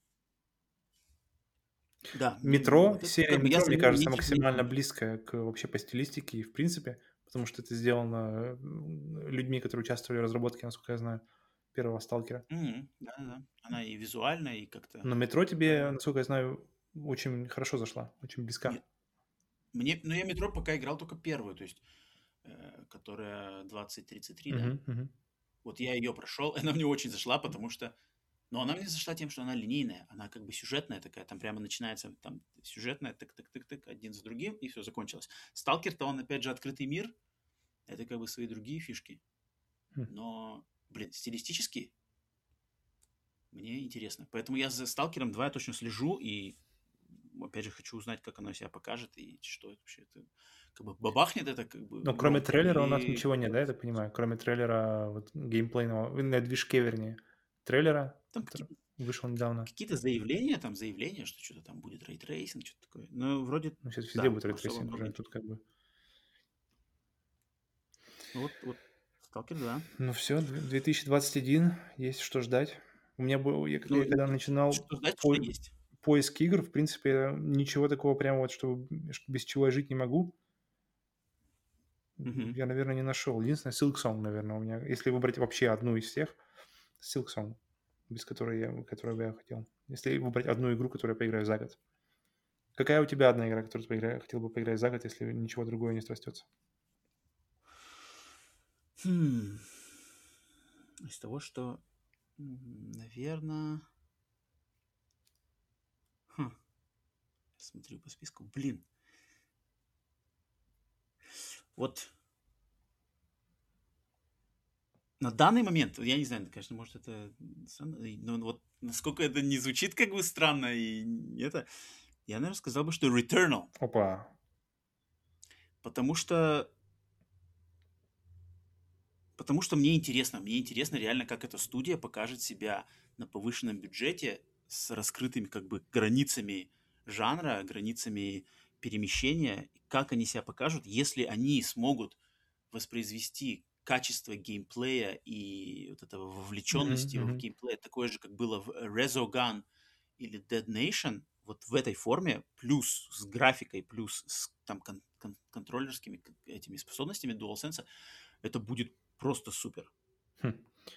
да, ну, Метро, вот это, серия как бы я "Метро", за мне ним кажется, не, не максимально гоню. близкая к вообще по стилистике и в принципе, потому что это сделано, м, людьми, которые участвовали в разработке, насколько я знаю, первого "Сталкера". Мгм. Да-да-да. Она и визуально, и как-то... Но "Метро" тебе, э, насколько я знаю, очень хорошо зашла, очень близка. нет, мне, ну, я метро пока играл только первую, то есть, э, которая двадцать тридцать три, да? Мгм, мгм. Вот я ее прошел, она мне очень зашла, потому что... Но она мне зашла тем, что она линейная, она как бы сюжетная такая, там прямо начинается там сюжетная, тык-тык-тык-тык, один за другим, и все, закончилось. Сталкер-то он, опять же, открытый мир, это как бы свои другие фишки. Хм. Но, блин, стилистически мне интересно. Поэтому я за Сталкером два я точно слежу, и опять же, хочу узнать, как оно себя покажет и что это вообще. Это, как бы бабахнет это как бы Ну, кроме громко трейлера у нас или... ничего нет, да, я так понимаю? Кроме трейлера вот геймплейного, на движке, вернее, трейлера, Там который какие-то, вышел недавно. какие-то заявления, там заявления, что что-то там будет рейтрейсинг, что-то такое. Ну, вроде, Ну, сейчас везде да, будет особо рейтрейсинг много уже, ничего. тут как бы... Ну, вот, вот, Сталкер, да. Ну все, две тысячи двадцать один, есть что ждать. У меня был, я, Ну, я когда начинал что ждать, по- что есть. поиск игр, в принципе, ничего такого прямо вот, что, что без чего я жить не могу, Мгм. я, наверное, не нашел. Единственное, Silksong, наверное, у меня. Если выбрать вообще одну из всех, Silksong, без которой я, которую бы я хотел. Если выбрать одну игру, которую я поиграю за год. Какая у тебя одна игра, которую ты поигра... хотел бы поиграть за год, если ничего другого не срастется? Хм. Из того, что, наверное... Хм. Смотрю по списку. Блин. Вот на данный момент, я не знаю, конечно, может, это странно, но вот насколько это не звучит как бы странно, и это, я, наверное, сказал бы, что Returnal. Опа. Потому что Потому что мне интересно. Мне интересно реально, как эта студия покажет себя на повышенном бюджете с раскрытыми как бы границами жанра, границами перемещения. Как они себя покажут, если они смогут воспроизвести качество геймплея и вот этого Мгм, вовлеченности в мгм. геймплей, такое же, как было в Resogun или Dead Nation, вот в этой форме, плюс с графикой, плюс с там кон- кон- контроллерскими к- этими способностями DualSense, это будет просто супер. Хм.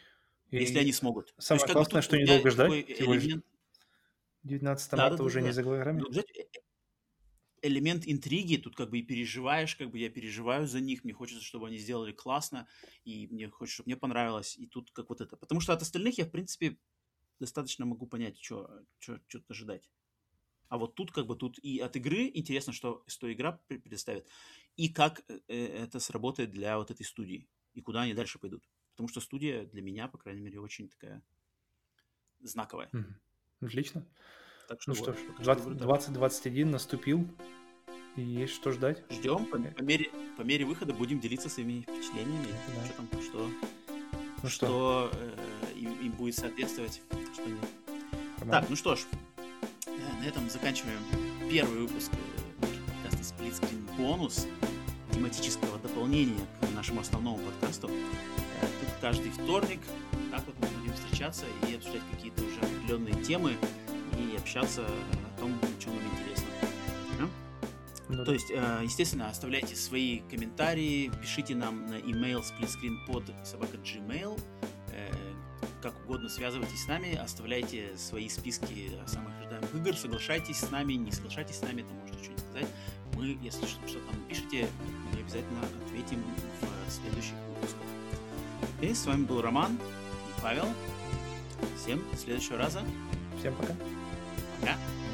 Если И они смогут. То есть самое как бы классное, тут у что меня недолго ждать, такой всего лишь элемент... девятнадцатого марта уже не Да-да-да-да. за горами. Ну, знаете, э- элемент интриги, тут как бы и переживаешь, как бы я переживаю за них, мне хочется, чтобы они сделали классно, и мне хочется, чтобы мне понравилось, и тут как вот это. Потому что от остальных я, в принципе, достаточно могу понять, что ожидать. А вот тут как бы тут и от игры интересно, что, что игра пре- предоставит, и как э, э, это сработает для вот этой студии, и куда они дальше пойдут. Потому что студия для меня, по крайней мере, очень такая знаковая. Мгм. Отлично. Так Ну что что вот, ж, пока что двадцать выберу так. двадцать двадцать один наступил, и есть что ждать. Ждем, по, Э, по мере, по мере выхода будем делиться своими впечатлениями, Да. что там, что, Ну что, что э, им, им будет соответствовать, что нет. нормально? Так, ну что ж, э, на этом заканчиваем первый выпуск э, подкаста Split Screen Bonus, тематического дополнения к нашему основному подкасту. Э, Тут каждый вторник так вот мы будем встречаться и обсуждать какие-то уже определенные темы и общаться о том, что нам интересно. Да? Ну То да. есть, э, естественно, оставляйте свои комментарии, пишите нам на email splitscreenpod собака gmail, э, как угодно связывайтесь с нами, оставляйте свои списки самых ожидаемых игр, соглашайтесь с нами, не соглашайтесь с нами, там можете что-нибудь сказать. Мы, если что- что-то нам напишите, мы обязательно ответим в следующих выпусках. И с вами был Роман и Павел. Всем до следующего раза. Всем пока. Пока.